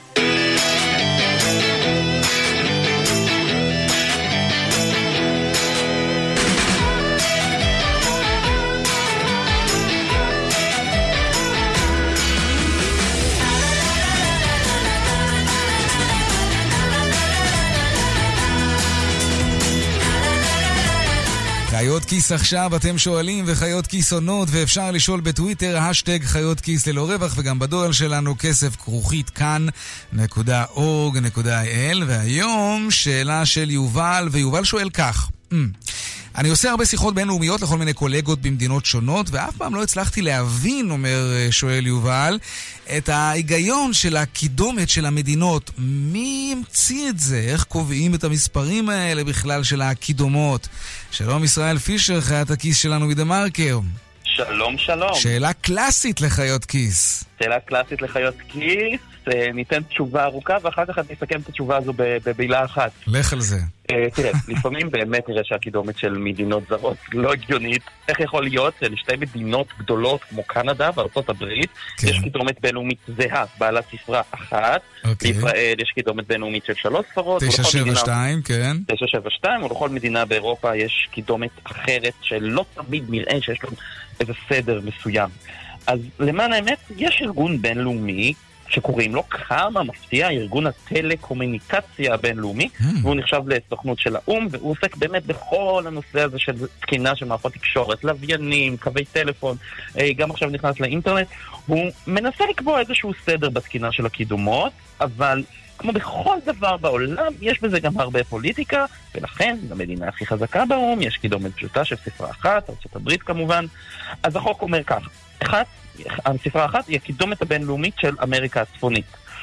חיות כיס עכשיו, אתם שואלים, וחיות כיס עונות, ואפשר לשאול בטוויטר, השטג חיות כיס ללא רווח, וגם בדואל שלנו כסף@כאן.org.il. והיום שאלה של יובל, ויובל שואל כך: אני עושה הרבה שיחות בינלאומיות לכל מיני קולגות במדינות שונות, ואף פעם לא הצלחתי להבין, שואל יובל, את ההיגיון של הקידומת של המדינות. מי המציא את זה? איך קובעים את המספרים האלה בכלל של הקידומות? שלום ישראל פישר, חיית הכיס שלנו מדמרקר. שלום, שלום. שאלה קלאסית לחיות כיס. שאלה קלאסית לחיות כיס. ניתן תשובה ארוכה, ואחר כך אני אסכם את התשובה הזו במילה אחת. לך על זה. תראה, לפעמים באמת נראה שהקידומת של מדינות זרות לא הגיונית. איך יכול להיות שלשתי מדינות גדולות כמו קנדה וארצות הברית יש קידומת בינלאומית זהה, בעלת ספרה אחת. בישראל יש קידומת בינלאומית של 3 ספרות. 972, כן. 972, ולכל מדינה באירופה יש קידומת אחרת שלא תמיד נראה שיש לו איזה סדר מסוים. אז למען האמת, יש ארגון בינלאומי שקוראים לו, כמה מפתיע, ארגון הטלקומוניקציה הבינלאומי, והוא נחשב לסוכנות של האום, והוא עוסק באמת בכל הנושא הזה של תקינה של מערכות תקשורת, לוויינים, קווי טלפון, גם עכשיו נכנס לאינטרנט. הוא מנסה לקבוע איזשהו סדר בתקינה של הקידומות, אבל כמו בכל דבר בעולם, יש בזה גם הרבה פוליטיקה, ולכן למדינה הכי חזקה באום יש קידומת פשוטה של ספרה אחת, ארצות הברית כמובן. אז החוק אומר כך, הספרה אחת היא הקידומת הבינלאומית של אמריקה הצפונית.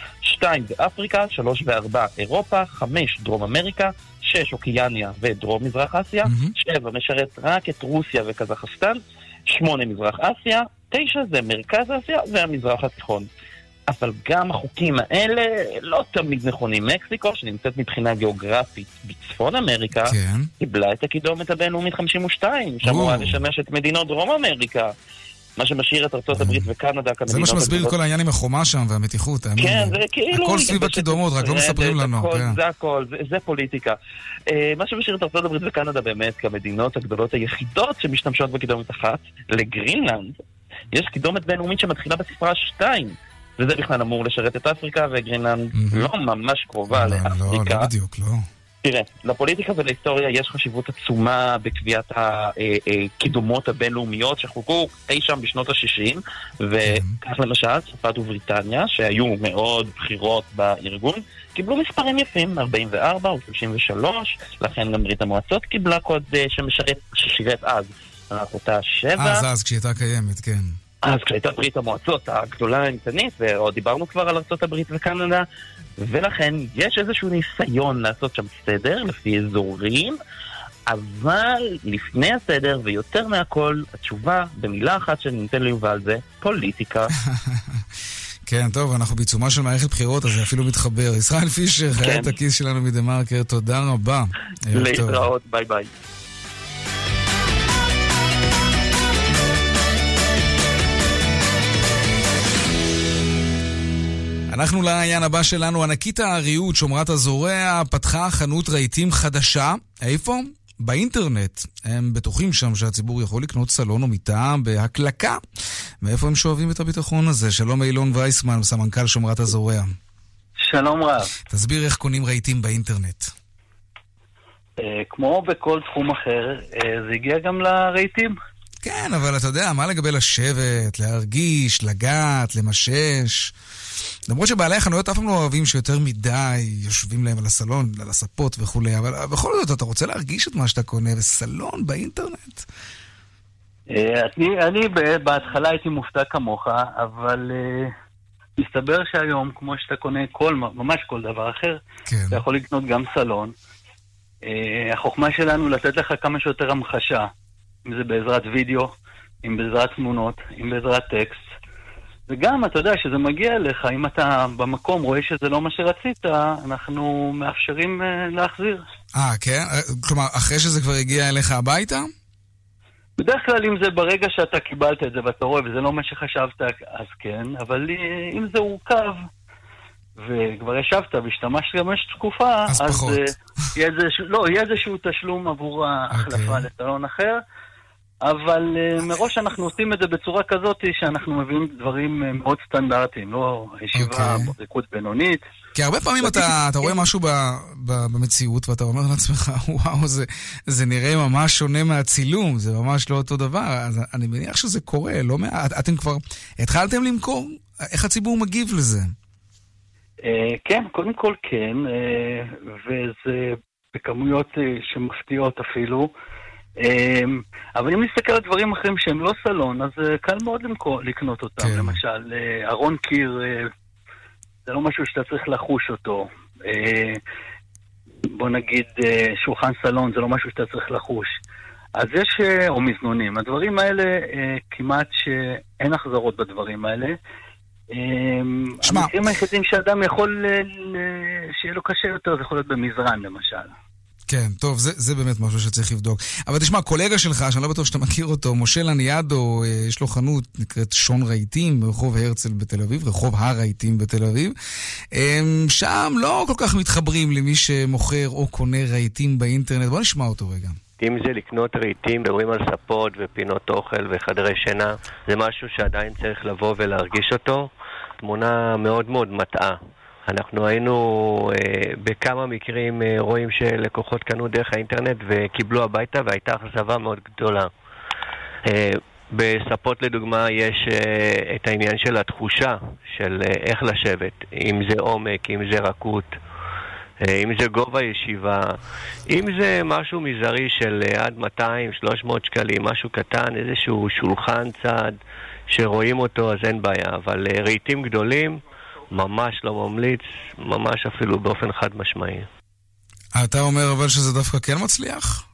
2 זה אפריקה, 3 ו4 אירופה, 5 דרום אמריקה, 6 אוקיאניה ודרום מזרח אסיה, 7 משרת רק את רוסיה וקזחסטן, 8 מזרח אסיה, 9 זה מרכז אסיה והמזרח התיכון. אבל גם החוקים האלה לא תמיד נכונים. מקסיקו, שנמצאת מבחינה גיאוגרפית בצפון אמריקה, קיבלה את הקידומת הבינלאומית 52, שאמורה לשמש את מדינות דרום אמריקה. מה שמשאיר את ארצות הברית וקנדה כמדינות... זה מה שמסביר כל העניין עם החומה שם והמתיחות. כן, זה כאילו... הכל סביב הקידומות, רק לא מספרים לנו. זה הכל, זה פוליטיקה. מה שמשאיר את ארצות הברית וקנדה באמת כמדינות הגדולות היחידות שמשתמשות בקידומת אחת, לגרינלנד, יש קידומת בינלאומית שמתחילה בספרה 2. וזה בכלל אמור לשרת את אפריקה, וגרינלנד לא ממש קרובה לאפריקה. לא בדיוק, לא. תראה, לפוליטיקה ולהיסטוריה יש חשיבות עצומה בקביעת הקידומות הבינלאומיות שחוקו אי שם בשנות ה-60, וכך למשל, צרפת ובריטניה, שהיו מאוד בחירות בארגון, קיבלו מספרים יפים, 44 ו-33, לכן גם ברית המועצות קיבלה קוד ששירת אז, רק אותה 7. אז כשהייתה קיימת, כן. אז כשהייתה ברית המועצות הגדולה האינטרנית, ועוד דיברנו כבר על ארצות הברית וקנדה, ולכן יש איזשהו ניסיון לעשות שם סדר לפי אזורים, אבל לפני הסדר ויותר מהכל, התשובה במילה אחת שניתן ליובל זה פוליטיקה. כן, טוב, אנחנו בעיצומה של מערכת בחירות, אז זה אפילו מתחבר. ישראל פישר, חיית הכיס שלנו מדמרקר, תודה רבה. להתראות, ביי ביי. אנחנו לעניין הבא שלנו, ענקית האריות, שומרת הזורע, פתחה חנות רהיטים חדשה. איפה? באינטרנט. הם בטוחים שם שהציבור יכול לקנות סלון או מיטה בהקלקה. מאיפה הם שואבים את הביטחון הזה? שלום אילון וייסמן, סמנכ"ל שומרת הזורע. שלום רב. תסביר איך קונים רהיטים באינטרנט. כמו בכל תחום אחר, זה הגיע גם לרהיטים. כן, אבל אתה יודע, מה לגבי לשבת, להרגיש, לגעת, למשש? למרות שבעלי החנויות אף פעם לא אוהבים שיותר מדי יושבים להם על הסלון, על הספות וכו', אבל בכל זאת אתה רוצה להרגיש את מה שאתה קונה בסלון באינטרנט? אני בהתחלה הייתי מופתע כמוך, אבל מסתבר שהיום, כמו שאתה קונה ממש כל דבר אחר, אתה יכול לקנות גם סלון. החוכמה שלנו לתת לך כמה שיותר המחשה, אם זה בעזרת וידאו, אם בעזרת תמונות, אם בעזרת טקסט. וגם, אתה יודע, שזה מגיע אליך, אם אתה במקום רואה שזה לא מה שרצית, אנחנו מאפשרים להחזיר. כן? כלומר, אחרי שזה כבר הגיע אליך הביתה? בדרך כלל, אם זה ברגע שאתה קיבלת את זה ואתה רואה, וזה לא מה שחשבת, אז כן, אבל אם זה הורכב, וכבר ישבת והשתמשת גם יש תקופה, אז פחות. יהיה איזשהו תשלום עבור ההחלפה לסלון אחר, אבל מראש אנחנו עושים את זה בצורה כזאת שאנחנו מביאים דברים מאוד סטנדרטיים, לא ישיבה בריקוד בינונית. כי הרבה פעמים אתה רואה משהו במציאות ואתה אומר לעצמך, וואו, זה נראה ממש שונה מהצילום, זה ממש לא אותו דבר. אז אני מניח שזה קורה, לא מעט. אתם כבר התחלתם למכור? איך הציבור מגיב לזה? כן, קודם כל כן, וזה בכמויות שמפתיעות אפילו. אבל אם נסתכל על דברים אחרים שהם לא סלון, אז קל מאוד לקנות אותם. למשל, ארון קיר, זה לא משהו שאתה צריך לחוש אותו. בוא נגיד, שולחן סלון, זה לא משהו שאתה צריך לחוש. אז יש, או מזנונים. הדברים האלה, כמעט שאין החזרות בדברים האלה. המקרים היחידים שאדם יכול, שיהיה לו קשה יותר, זה יכול להיות במזרן למשל. כן, טוב, זה באמת משהו שצריך לבדוק. אבל תשמע, קולגה שלך, שאני לא בטוח שאתה מכיר אותו, משה לניאדו, יש לו חנות, נקראת שון רהיטים, ברחוב הרצל בתל אביב, רחוב הרהיטים בתל אביב. שם לא כל כך מתחברים למי שמוכר או קונה רהיטים באינטרנט. בוא נשמע אותו רגע. אם זה לקנות רהיטים, מדברים על ספות ופינות אוכל וחדרי שינה, זה משהו שעדיין צריך לבוא ולהרגיש אותו. תמונה מאוד מאוד מטעה. אנחנו היינו בכמה מקרים רואים שלקוחות קנו דרך האינטרנט וקיבלו הביתה והייתה אכזבה מאוד גדולה. בספות לדוגמה יש את העניין של התחושה של איך לשבת, אם זה עומק, אם זה רכות, אם זה גובה ישיבה, אם זה משהו מזערי של עד 200-300 שקלים, משהו קטן, איזשהו שולחן צד שרואים אותו, אז אין בעיה. אבל רהיטים גדולים ממש לא ממליץ, ממש אפילו באופן חד משמעי. אתה אומר אבל שזה דווקא כן מצליח?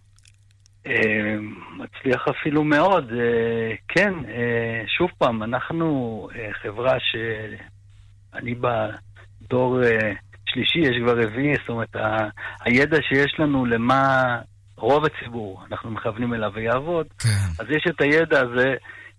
מצליח אפילו מאוד, כן. שוב פעם, אנחנו חברה שאני בדור שלישי, יש כבר רביעי, זאת אומרת, הידע שיש לנו למה רוב הציבור, אנחנו מכוונים אליו ויעבוד, אז יש את הידע הזה,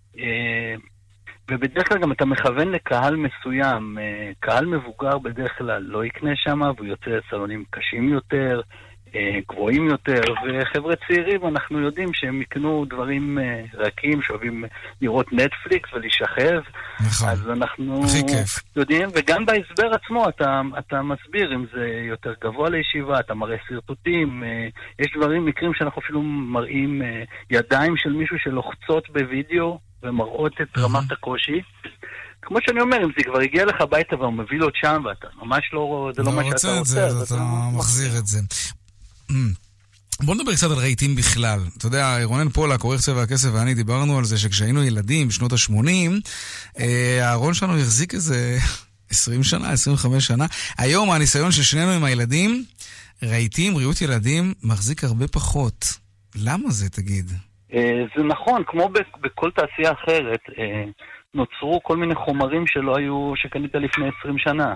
ובדרך כלל גם אתה מכוון לקהל מסוים, קהל מבוגר בדרך כלל לא יקנה שם, והוא יוצא סלונים קשים יותר, גבוהים יותר, וחבר'ה צעירים אנחנו יודעים שהם יקנו דברים רכים, שאוהבים לראות נטפליקס ולהישכב, אז אנחנו יודעים, וגם בהסבר עצמו אתה מסביר אם זה יותר גבוה לישיבה, אתה מראה סרטוטים, יש דברים, מקרים שאנחנו אפילו מראים ידיים של מישהו שלוחצות בווידאו, ומראות את רמת הקושי. כמו שאני אומר, אם זה כבר הגיע לך הביתה והוא מביא לו שם, ואתה ממש לא, זה לא מה שאתה רוצה, אז אתה מחזיר את זה. בוא נדבר קצת על רהיטים בכלל. אתה יודע, רונן פולק, עורך צבע הכסף ואני דיברנו על זה שכשהיינו ילדים בשנות ה-80, הארון שלנו החזיק איזה 20 שנה, 25 שנה. היום הניסיון של שנינו עם הילדים, רהיטים, ריהוט ילדים, מחזיק הרבה פחות. למה זה, תגיד? זה נכון, כמו בכל תעשייה אחרת, נוצרו כל מיני חומרים שלא היו, שקנית לפני 20 שנה.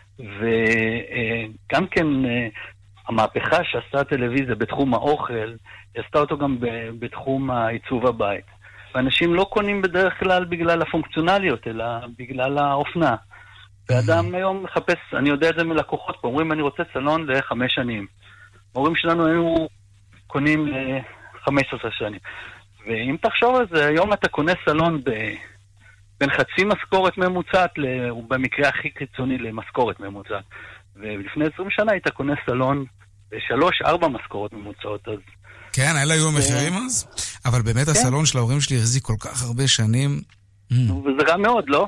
וגם כן, המהפכה שעשתה הטלוויזיה בתחום האוכל, עשתה אותו גם בתחום העיצוב הבית. ואנשים לא קונים בדרך כלל בגלל הפונקציונליות, אלא בגלל האופנה. ואדם היום מחפש, אני יודע את זה מלקוחות פה, אומרים אני רוצה סלון ל5 שנים. ההורים שלנו היו קונים ל15 שנים. ואם תחשוב על זה, היום אתה קונה סלון בין חצי משכורת ממוצעת, במקרה הכי קיצוני למשכורת ממוצעת. ולפני 20 שנה היית קונה סלון ב3-4 משכורות ממוצעות. אז כן, אלה היו המחירים אז? אבל באמת הסלון של ההורים שלי החזיק כל כך הרבה שנים. וזה רע מאוד, לא?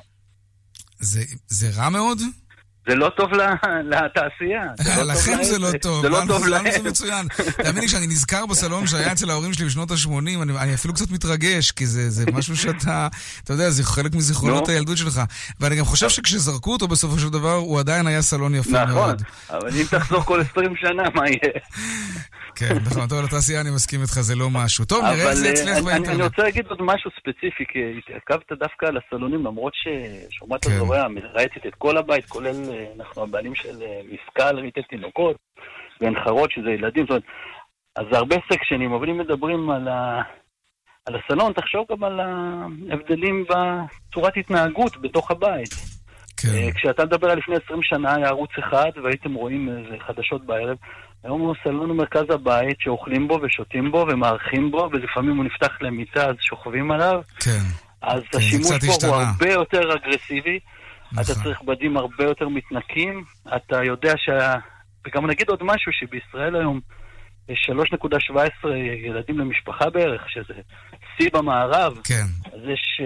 זה רע מאוד? זה לא טוב לתעשייה. לכם זה לא טוב. זה לא טוב להם. זה מצוין. תאמין לי שאני נזכר בסלון שהיה אצל ההורים שלי בשנות ה-80, אני אפילו קצת מתרגש, כי זה משהו שאתה יודע, זה חלק מזיכרונות הילדות שלך. ואני גם חושב שכשזרקו אותו בסופו של דבר, הוא עדיין היה סלון יפה מאוד. נכון, אבל אם תחזור כל 20 שנה, מה יהיה? כן, נכון, טוב, לתעשייה אני מסכים איתך, זה לא משהו. טוב, נראה איך זה יצליח באינטרנט. אני רוצה להגיד עוד משהו ספציפי, כי התעכבת דווקא על הסלונים, למרות ששומעת הזורע, ראיתי את כל הבית, כולל אנחנו הבעלים של מסקל, ריטל תינוקות, והנחרות שזה ילדים, זאת אומרת, אז זה הרבה סקשנים, אבל אם מדברים על הסלון, תחשוב גם על ההבדלים בצורת התנהגות בתוך הבית. כן. כשאתה מדבר על לפני 20 שנה, היה ערוץ אחד, והייתם רואים איזה חדשות בערב, היום הוא סלון במרכז הבית, שאוכלים בו ושותים בו ומארחים בו, ולפעמים הוא נפתח למיטה, אז שוכבים עליו. כן. אז כן, השימוש פה הוא הרבה יותר אגרסיבי, אתה צריך בדים הרבה יותר מתנקים, אתה יודע וגם נגיד עוד משהו, שבישראל היום יש 3.17 ילדים למשפחה בערך, שזה שיא במערב. כן. אז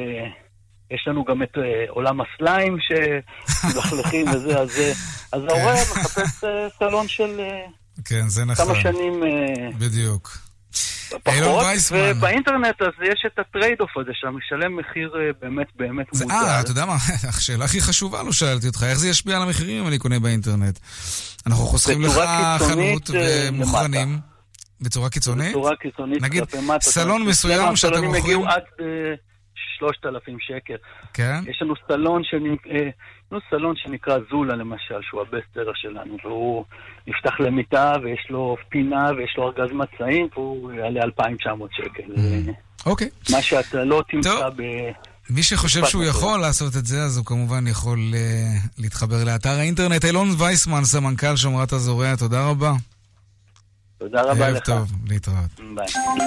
יש לנו גם את עולם הסליים שמלכלכים וזה, אז ההורה מחפש סלון של כן, זה נכון. כמה שנים בדיוק. פחות, ובאינטרנט אז יש את הטרייד-אוף הזה, שמשלם מחיר באמת מוזל. אתה יודע מה, השאלה הכי חשובה לא שאלתי אותך, איך זה ישפיע על המחירים אם אני קונה באינטרנט? אנחנו חוסכים לך חנות ומוכרנים. בצורה קיצונית? בצורה קיצונית. נגיד, סלון מסוים שאתה מוכרים? הסלונים הגיעו עד 3,000 שקל. כן? יש לנו סלון שנקרא זולה למשל, שהוא הבסטר שלנו, והוא נפתח למיטה ויש לו פינה ויש לו ארגז מצעים, והוא יעלה 2,900 שקל. אוקיי. מה שאתה לא תמצא מי שחושב שהוא יכול לעשות את זה, אז הוא כמובן יכול להתחבר לאתר האינטרנט. אילון וייסמן, סמנכ"ל שומרת הזורע, תודה רבה. תודה רבה לך. ערב טוב, להתראות. ביי.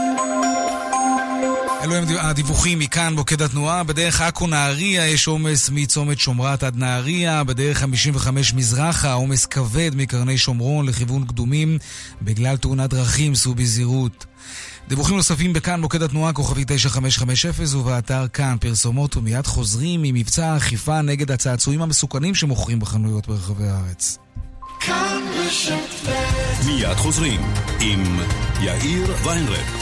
אלו הם הדיווחים מכאן מוקד התנועה. בדרך עכו נהריה יש עומס מצומת שומרת עד נהריה. בדרך 55 מזרחה עומס כבד מקרני שומרון לכיוון קדומים בגלל תאונת דרכים, סעו בזהירות. דיווחים נוספים בכאן מוקד התנועה כוכבי 9550 ובאתר כאן פרסומות, ומיד חוזרים ממבצע האכיפה נגד הצעצועים המסוכנים שמוכרים בחנויות ברחבי הארץ. מיד חוזרים עם יאיר ויינרב.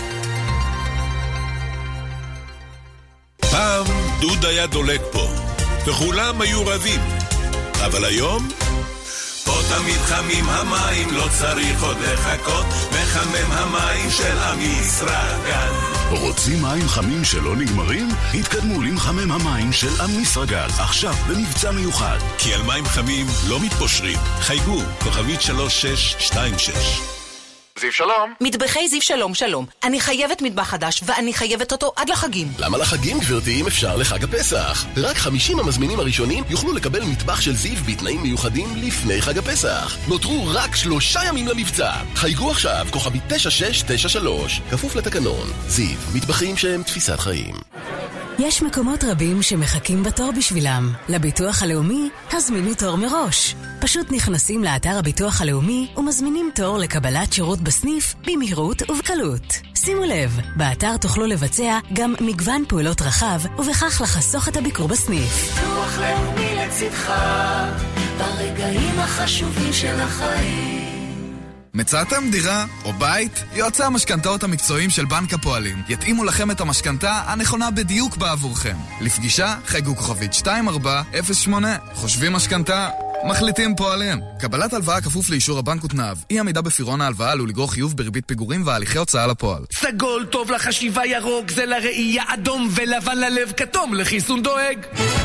פעם דוד היה דולק פה וכולם היו רבים, אבל היום פה תמיד חמים המים, לא צריך עוד לחכות, מחמם המים של אמיסרגל. רוצים מים חמים שלא נגמרים? התקדמו למחמם המים של אמיסרגל, עכשיו במבצע מיוחד. כי על מים חמים לא מתפושרים. חייגו, כוכבית 3626. זיו שלום. מטבחי זיו שלום, שלום. אני חייבת מטבח חדש, ואני חייבת אותו עד לחגים. למה לחגים, גברתי, אם אפשר לחג הפסח? רק 50 המזמינים הראשונים יוכלו לקבל מטבח של זיו בתנאים מיוחדים לפני חג הפסח. נותרו רק 3 ימים למבצע. חייגו עכשיו, כוכבי 9693. כפוף לתקנון. זיו, מטבחים שהם תפיסת חיים. יש מקומות רבים שמחכים בתור בשבילם. לביטוח הלאומי, הזמינו תור מראש. פשוט נכנסים לאתר הביטוח הלאומי ומזמינים תור לקבלת שירות בסניף במהירות ובקלות. שימו לב, באתר תוכלו לבצע גם מגוון פעולות רחב ובכך לחסוך את הביקור בסניף. ביטוח לאומי לצדך ברגעים החשובים של החיים. מצאתם דירה או בית? יועצי המשכנתאות המקצועיים של בנק הפועלים יתאימו לכם את המשכנתה הנכונה בדיוק בעבורכם. לפגישה, חייגו כוכבית 2408. חושבים משכנתה? מחליטים פועלים. קבלת הלוואה כפוף לאישור הבנק ותנאיו. אי עמידה בפירעון ההלוואה עלול לגרור חיוב בריבית פיגורים והליכי הוצאה לפועל. סגול טוב לחשיבה, ירוק זה לראייה, אדום ולבן ללב, כתום לחיסון דואג.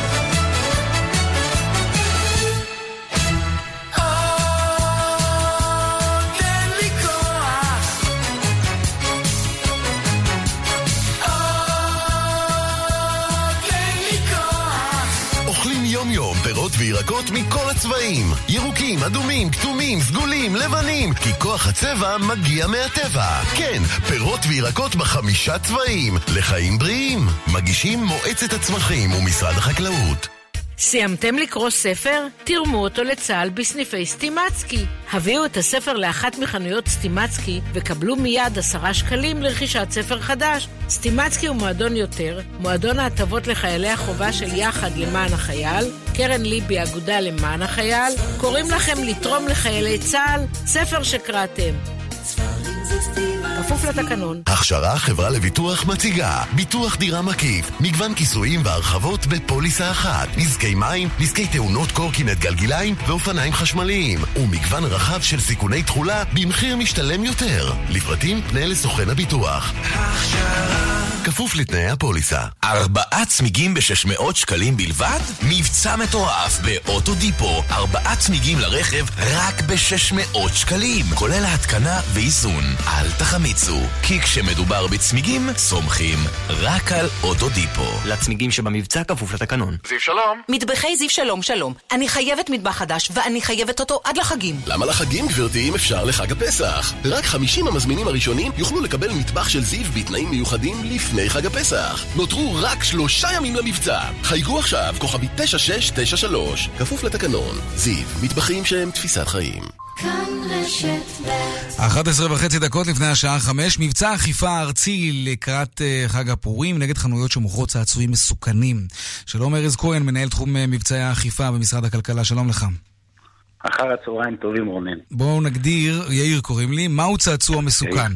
יום פירות וירקות מכל הצבעים, ירוקים, אדומים, כתומים, סגולים, לבנים, כי כוח הצבע מגיע מהטבע. כן, פירות וירקות ב5 צבעים, לחיים בריאים. מגישים מועצת הצמחים ומשרד החקלאות. סיימתם לקרוא ספר? תרמו אותו לצהל בסניפי סטימצקי. הביאו את הספר לאחת מחנויות סטימצקי וקבלו מיד 10 שקלים לרכישת ספר חדש. סטימצקי הוא מועדון יותר, מועדון ההטבות לחיילי החובה של יחד למען החייל, קרן ליבי אגודה למען החייל, קוראים לכם לתרום לחיילי צהל, ספר שקראתם. כפוף לתקנון. הכשרה חברה לביטוח מציגה ביטוח דירה מקיף, מגוון כיסויים והרחבות בפוליסה אחת, נזקי מים, נזקי תאונות קורקינט גלגיליים ואופניים חשמליים, ומגוון רחב של סיכוני תחולה במחיר משתלם יותר. לפרטים פנה לסוכן הביטוח. כפוף לתנאי הפוליסה. 4 צמיגים ב600 שקלים בלבד? מבצע מטורף באוטו דיפו. 4 צמיגים לרכב רק ב600 שקלים, כולל ההתקנה ואיזון. אל תחמיצו, כי כשמדובר בצמיגים, סומכים רק על אוטו דיפו. לצמיגים שבמבצע כפוף לתקנון. זיו שלום. מטבחי זיו שלום, שלום. אני חייבת מטבח חדש, ואני חייבת אותו עד לחגים. למה לחגים, גברתי, אם אפשר לחג הפסח? רק 50 המזמינים הראשונים יוכלו לקבל מטבח של זיו בתנאים מיוחדים לפני חג הפסח. נותרו רק 3 ימים למבצע. חייגו עכשיו, כוכבי 9693. כפוף לתקנון. זיו, מטבחים שהם תפיסת חיים. 11:30 דקות לפני השעה 5, מבצע אכיפה ארצי לקראת חג הפורים נגד חנויות שמוכרות צעצועים מסוכנים. שלום ארז כהן, מנהל תחום מבצעי האכיפה במשרד הכלכלה, שלום לך. אחר הצהריים טובים רונן. בואו נגדיר, יאיר קוראים לי, מהו צעצוע מסוכן?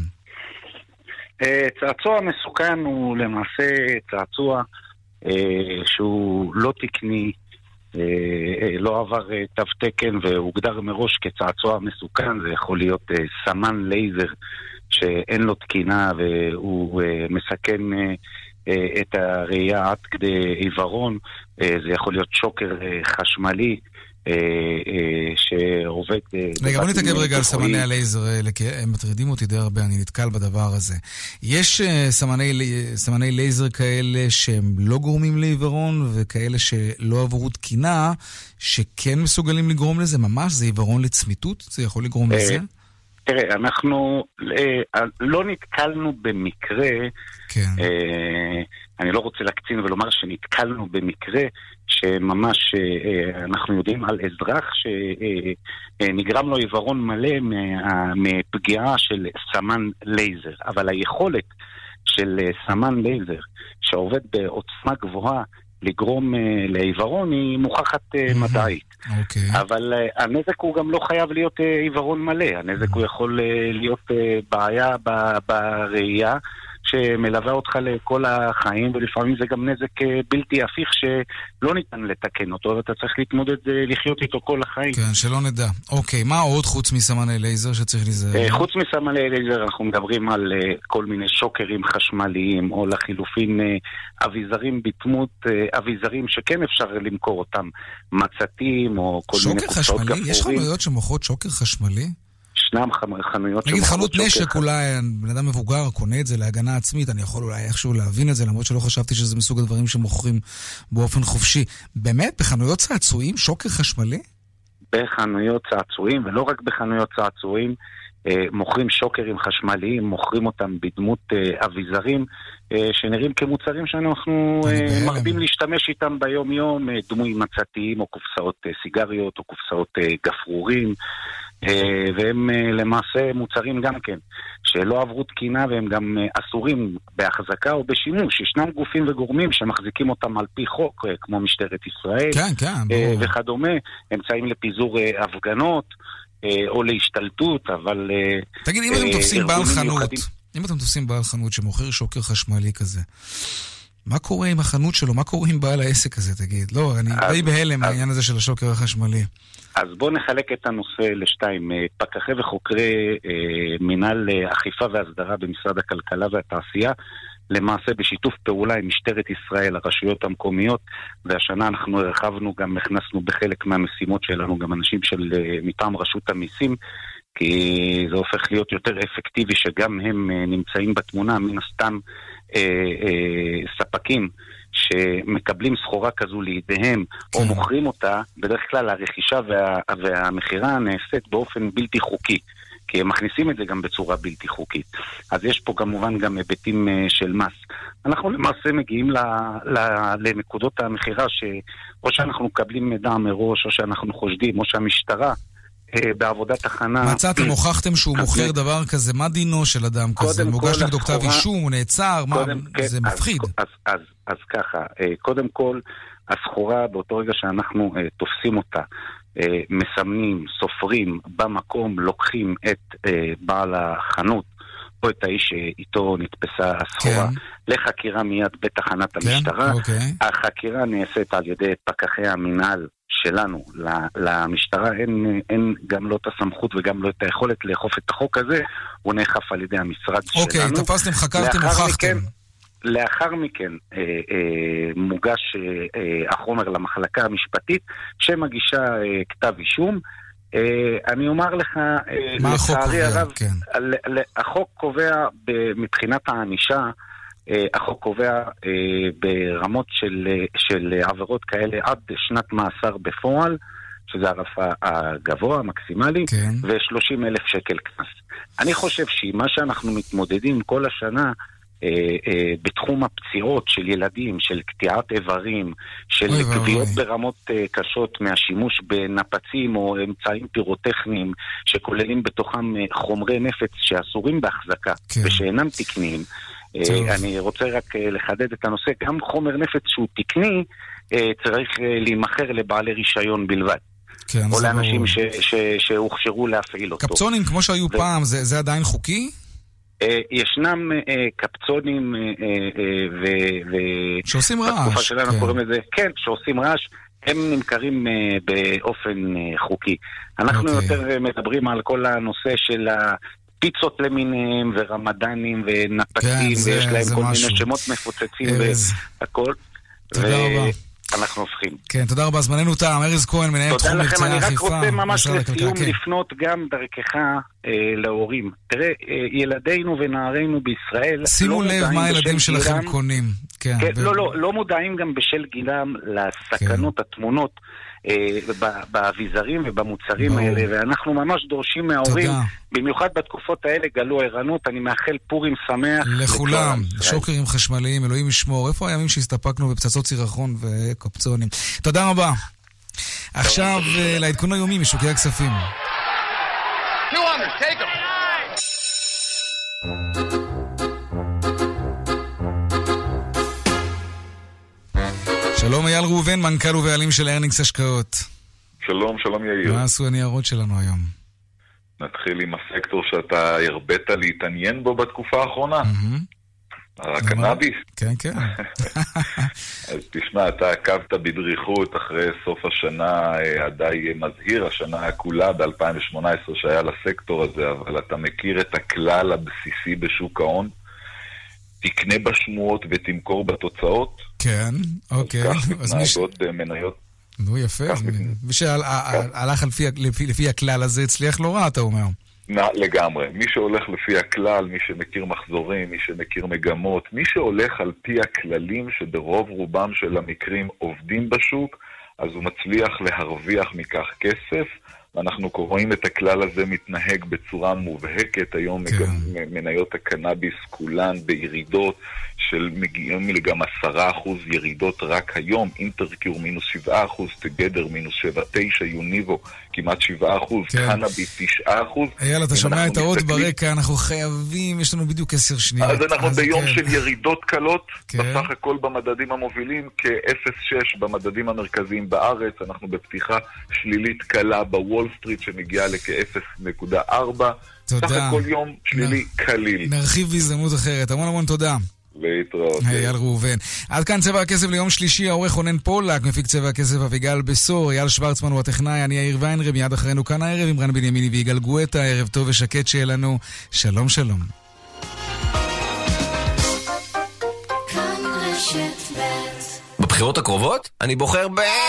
צעצוע מסוכן הוא למעשה צעצוע שהוא לא תקני, לא עבר תו תקן והוגדר מראש כצעצוע מסוכן. זה יכול להיות סמן לייזר שאין לו תקינה והוא מסכן את הראייה עד כדי עיוורון, זה יכול להיות שוקר חשמלי, שעובד... רגע, בוא נתעכב רגע על סמני הלייזר, הם מטרידים אותי די הרבה, אני נתקל בדבר הזה. יש סמני לייזר כאלה שהם לא גורמים לעיוורון, וכאלה שלא עברו תקינה, שכן מסוגלים לגרום לזה? ממש זה עיוורון לצמיתות? זה יכול לגרום לזה? תראה, אנחנו לא נתקלנו במקרה, אני לא רוצה להקצין ולומר שנתקלנו במקרה שממש אנחנו יודעים על אזרח שנגרם לו עיוורון מלא מפגיעה של סמן לייזר, אבל היכולת של סמן לייזר שעובד בעוצמה גבוהה לגרום לעיוורון היא מוכחת מדעית. אבל הנזק הוא גם לא חייב להיות עיוורון מלא, הנזק הוא יכול להיות בעיה בראייה שמלווה אותך לכל החיים, ולפעמים זה גם נזק בלתי הפיך שלא ניתן לתקן אותו, ואתה צריך להתמודד לחיות איתו כל החיים. כן, שלא נדע. אוקיי, מה עוד חוץ מסמני לייזר שצריך להיזהר? חוץ מסמני לייזר אנחנו מדברים על כל מיני שוקרים חשמליים, או לחילופין אביזרים בתמות, אביזרים שכן אפשר למכור אותם, מצתים או כל מיני קופסאות גפרורים. שוקר חשמלי? יש חנויות שמוכרות שוקר חשמלי? ישנם חנויות נגיד חנות נשק, אולי בן אדם מבוגר קונה את זה להגנה עצמית, אני יכול אולי איכשהו להבין את זה, למרות שלא חשבתי שזה מסוג הדברים שמוכרים באופן חופשי. באמת, בחנויות צעצועים, שוקר חשמלי? בחנויות צעצועים, ולא רק בחנויות צעצועים, מוכרים שוקרים חשמליים, מוכרים אותם בדמות אביזרים, שנראים כמוצרים שאנחנו מרבים להשתמש איתם ביום יום, דמוי מצתיים או קופסאות סיגריות או קופסאות גפרורים, והם למעשה מוצרים גם כן, שלא עברו תקינה והם גם אסורים בהחזקה או בשימוש. ישנם גופים וגורמים שמחזיקים אותם על פי חוק, כמו משטרת ישראל וכדומה, אמצעים לפיזור הפגנות או להשתלטות, אבל... תגיד, אם אתם תופסים בעל חנות שמוכר שוקר חשמלי כזה, מה קורה עם החנות שלו? מה קורה עם בעל העסק הזה, תגיד? לא, אני די בהלם העניין הזה של השוקר החשמלי. אז בואו נחלק את הנושא לשתיים. פקחי וחוקרי מנהל אכיפה והסדרה במשרד הכלכלה והתעשייה, למעשה בשיתוף פעולה עם משטרת ישראל, הרשויות המקומיות, והשנה אנחנו הרחבנו, גם הכנסנו בחלק מהמשימות שלנו, גם אנשים של מטעם רשות המיסים, כי זה הופך להיות יותר אפקטיבי שגם הם נמצאים בתמונה, מן הסתם ספקים שמקבלים סחורה כזו לידיהם או מוכרים אותה, בדרך כלל הרכישה והמחירה נעשית באופן בלתי חוקי, כי הם מכניסים את זה גם בצורה בלתי חוקית. אז יש פה כמובן גם היבטים של מס. אנחנו למעשה מגיעים לנקודות המחירה או שאנחנו מקבלים מידע מראש, או שאנחנו חושדים, או שהמשטרה בעבודת הכנה... מצאתם, הוכחתם שהוא מוכר דבר כזה, מה דינו של אדם כזה? מוגש נגדו כתב אישום, הוא נעצר, זה מפחיד. אז ככה, קודם כל, הסחורה באותו רגע שאנחנו תופסים אותה, מסמנים, סופרים במקום, לוקחים את בעל החנות או את האיש שאיתו נתפסה הסחורה לחקירה מיד בתחנת המשטרה. החקירה נעשית על ידי פקחי המנהל שלנו. למשטרה אין גם לא את הסמכות וגם לא את היכולת לאכוף את החוק הזה, הוא נאכף על ידי המשרד שלנו. אוקיי, תפסתם, חקרתם, הוכחתם. לאחר מכן מוגש החומר למחלקה המשפטית שמגישה כתב אישום. אני אומר לך, לצערי הרב, החוק קובע מבחינת הענישה, החוק קובע ברמות של עבירות כאלה עד שנת מאסר בפועל, שזה הרף הגבוה, המקסימלי, ו30,000 שקל קנס. אני חושב שמה שאנחנו מתמודדים כל השנה, בתחום הפציעות של ילדים, של קטיעת איברים, של כוויות ברמות קשות מהשימוש בנפצים או אמצעים פירוטכניים שכוללים בתוכם חומרי נפץ שאסורים בהחזקה ושאינם תקניים. אני רוצה רק לחדד את הנושא, גם חומר נפץ שהוא תקני צריך להימכר לבעלי רישיון בלבד. או לאנשים שהוכשרו להפעיל אותו. קפצונים כמו שהיו פעם, זה עדיין חוקי? ישנם קפצונים שעושים רעש. בתקופה שלנו קוראים לזה, כן, שעושים רעש, הם נמכרים באופן חוקי. אנחנו יותר מדברים על כל הנושא של פיצות למיניהם, ורמדנים, ונפתים, ויש להם כל מיני שמות מפוצצים והכל. תודה רבה. אנחנו הופכים. כן, תודה רבה, זמננו תם. ארז כהן, מנהל תחום מבצעי האכיפה. תודה לכם, אני רק רוצה ממש לסיום לפנות גם דרכך להורים. תראה, ילדינו ונערינו בישראל... שימו לב מה הילדים שלכם קונים. לא מודעים גם בשל גילם לסכנות התמונות באביזרים ובמוצרים האלה, ואנחנו ממש דורשים מההורים, במיוחד בתקופות האלה, גלו ערנות. אני מאחל פורים שמח לכולם, שוקרים חשמליים, אלוהים ישמור. איפה הימים שהסתפקנו בפצצות סירחון וקופצונים? תודה רבה. עכשיו לעדכון היומי משוקי הכספים. שלום אייל ראובן, מנכ"ל ובעלים של ארנינגס השקעות. שלום, שלום יאיר. מה עשו הניירות שלנו היום? נתחיל עם הסקטור שאתה הרבאת להתעניין בו בתקופה האחרונה. הקנאביס. כן, כן. אז תשמע, אתה עקבת בדריכות אחרי סוף השנה הדי מזהיר, השנה הכולה ב-2018 שהיה לסקטור הזה, אבל אתה מכיר את הכלל הבסיסי בשוק ההון? תקנה בשמועות ותמכור בתוצאות. כן, אוקיי. אז כך מתנהגות מניות. נו, יפה. מי שהלך לפי הכלל הזה הצליח לא רע, אתה אומר. לגמרי. מי שהולך לפי הכלל, מי שמכיר מחזורים, מי שמכיר מגמות, מי שהולך על פי הכללים שברוב רובם של המקרים עובדים בשוק, אז הוא מצליח להרוויח מכך כסף. ואנחנו רואים את הכלל הזה מתנהג בצורה מובהקת היום. מניות הקנאביס כולן בירידות של מגיעים גם 10% ירידות רק היום. אינטרקיור מינוס 7%, תגדר מינוס 7.9, יוניבו כמעט 7%, קנאביס 9%. אייל, אתה שומע את האות ברקע, אנחנו חייבים, יש לנו בדיוק 10 שניות. אז אנחנו ביום של ירידות קלות, בסך הכל במדדים המובילים, כ-0.6 במדדים המרכזיים בארץ. אנחנו בפתיחה שלילית קלה בוול סטריט שמגיעה לכ-0.4. סך הכל יום שלילי קליל. נרחיב בהזדמנות אחרת. המון המון תודה. להתראות. אייל ראובן. עד כאן צבע הכסף ליום שלישי, העורך רונן פולק, מפיק צבע הכסף אביגל בסור, אייל שוורצמן הוא הטכנאי, אני יאיר ויינרב, מיד אחרינו כאן הערב עם רן בנימיני ויגאל גואטה. ערב טוב ושקט שיהיה לנו. שלום שלום. בבחירות הקרובות אני בוחר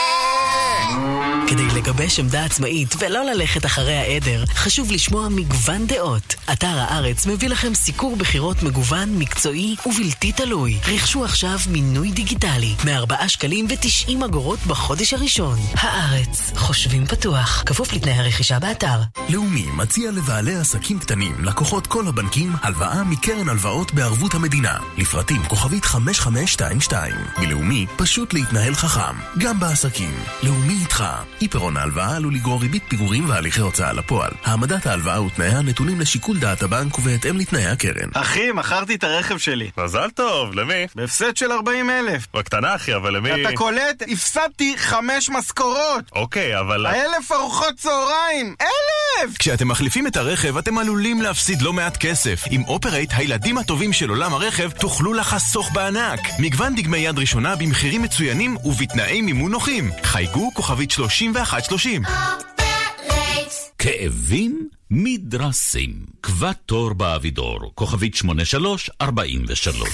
כדי לגבש עמדה עצמאית ולא ללכת אחרי העדר, חשוב לשמוע מגוון דעות. אתר הארץ מביא לכם סיקור בחירות מגוון, מקצועי ובלתי תלוי. רכשו עכשיו מינוי דיגיטלי מ4 שקלים ו90 אגורות בחודש הראשון. הארץ, חושבים פתוח, כפוף לתנאי הרכישה באתר. לאומי מציע לבעלי עסקים קטנים, לקוחות כל הבנקים, הלוואה מקרן הלוואות בערבות המדינה. לפרטים כוכבית 5522. בלאומי פשוט להתנהל חכם, גם בעסקים. לאומי איתך. עיפרון ההלוואה עלול לגרור ריבית פיגורים והליכי הוצאה לפועל. העמדת ההלוואה ותנאיה נתונים לשיקול דעת הבנק ובהתאם לתנאי הקרן. אחי, מכרתי את הרכב שלי. מזל טוב, למי? בהפסד של 40,000. בקטנה אחי, אבל למי? אתה קולט? הפסדתי 5 משכורות. אוקיי, אבל... 1,000 ארוחות צהריים! 1,000! כשאתם מחליפים את הרכב, אתם עלולים להפסיד לא מעט כסף. עם אופרייט, הילדים הטובים של עולם הרכב, תוכלו לחסוך בענק. מגוון דגמי יד ראשונה במחירים מצוינים ובתנאי מימון נוחים. חייגו כוכבית 3130. כאבים מדרסים. קבטור באבידור, כוכבית 8343.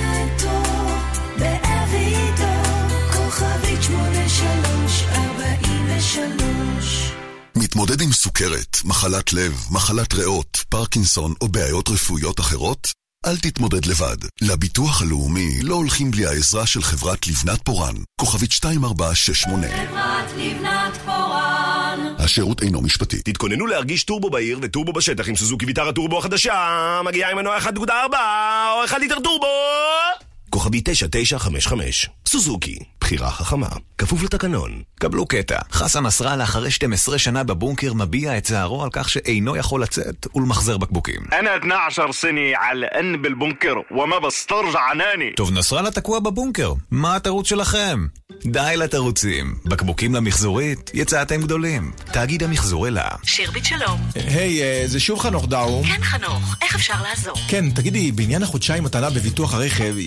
מתמודד עם סוכרת, מחלת לב, מחלת ריאות, פרקינסון או בעיות רפואיות אחרות? אל תתמודד לבד. לביטוח הלאומי לא הולכים בלי העזרה של חברת לבנת פורן. כוכבית 2468. חברת לבנת פורן. השירות אינו משפטי. תתכוננו להרגיש טורבו בעיר וטורבו בשטח עם סוזוקי ויטרה טורבו החדשה. מגיעה עם מנוע 1.4 או 1 ליטר טורבו. כוכבי 9955. סוזוקי. בחירה חכמה. כפוף לתקנון. קבלו קטע. חסן נסראללה אחרי 12 שנה בבונקר מביע את צערו על כך שאינו יכול לצאת ולמחזר בקבוקים. אני 12 سنة على أن بالبنكر وما بسترجع عناني. טוב, נסראללה תקוע בבונקר. מה התירוץ שלכם? די לתירוצים. בקבוקים למחזורית, יצאתם גדולים. תאגיד המחזור אלה. שירבית שלום. היי, זה שוב חנוך דאום. כן חנוך, איך אפשר לעזור? כן, תגידי, בעניין החודשיים מתנה בביטוח הרכב, יש סיכוי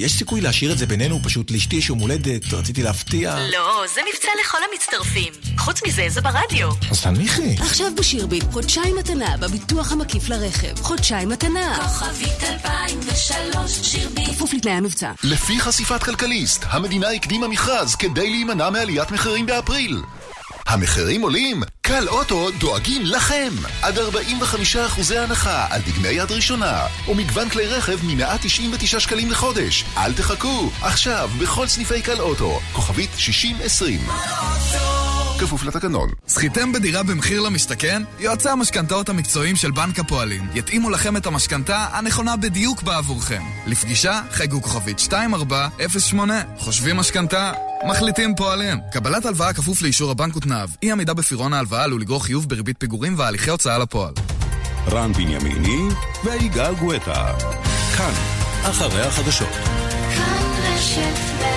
להשאיר את זה בינינו, פשוט לאשתי שום הולדת, רציתי להפתיע. לא, זה מבצע לכל המצטרפים. חוץ מזה, זה ברדיו. אז תנמיכי. עכשיו בשירביט, חודשיים מתנה בביטוח המקיף לרכב. חודשיים מתנה. כוכבית 2003, שירביט. כפוף לתנאי המבצע. לפי חשיפת כלכליסט, המדינה הקדימה מכרז כדי להימנע מעליית מחירים באפריל. המחירים עולים, קל אוטו דואגים לכם. עד 45% הנחה על דגמי יד ראשונה, ומגוון כלי רכב מ-199 שקלים לחודש. אל תחכו, עכשיו בכל סניפי קל אוטו, כוכבית 6020. כפוף לתקנון. זכיתם בדירה במחיר למשתכן? יועצי המשכנתאות המקצועיים של בנק הפועלים יתאימו לכם את המשכנתה הנכונה בדיוק בעבורכם. לפגישה, חייגו כוכבית 2408. חושבים משכנתה? מחליטים פועלים. קבלת הלוואה כפוף לאישור הבנק ותנאיו. אי עמידה בפירעון ההלוואה עלול לגרור חיוב בריבית פיגורים והליכי הוצאה לפועל. רן בנימיני ויגאל גואטה. כאן, אחרי החדשות. כאן רשת ב'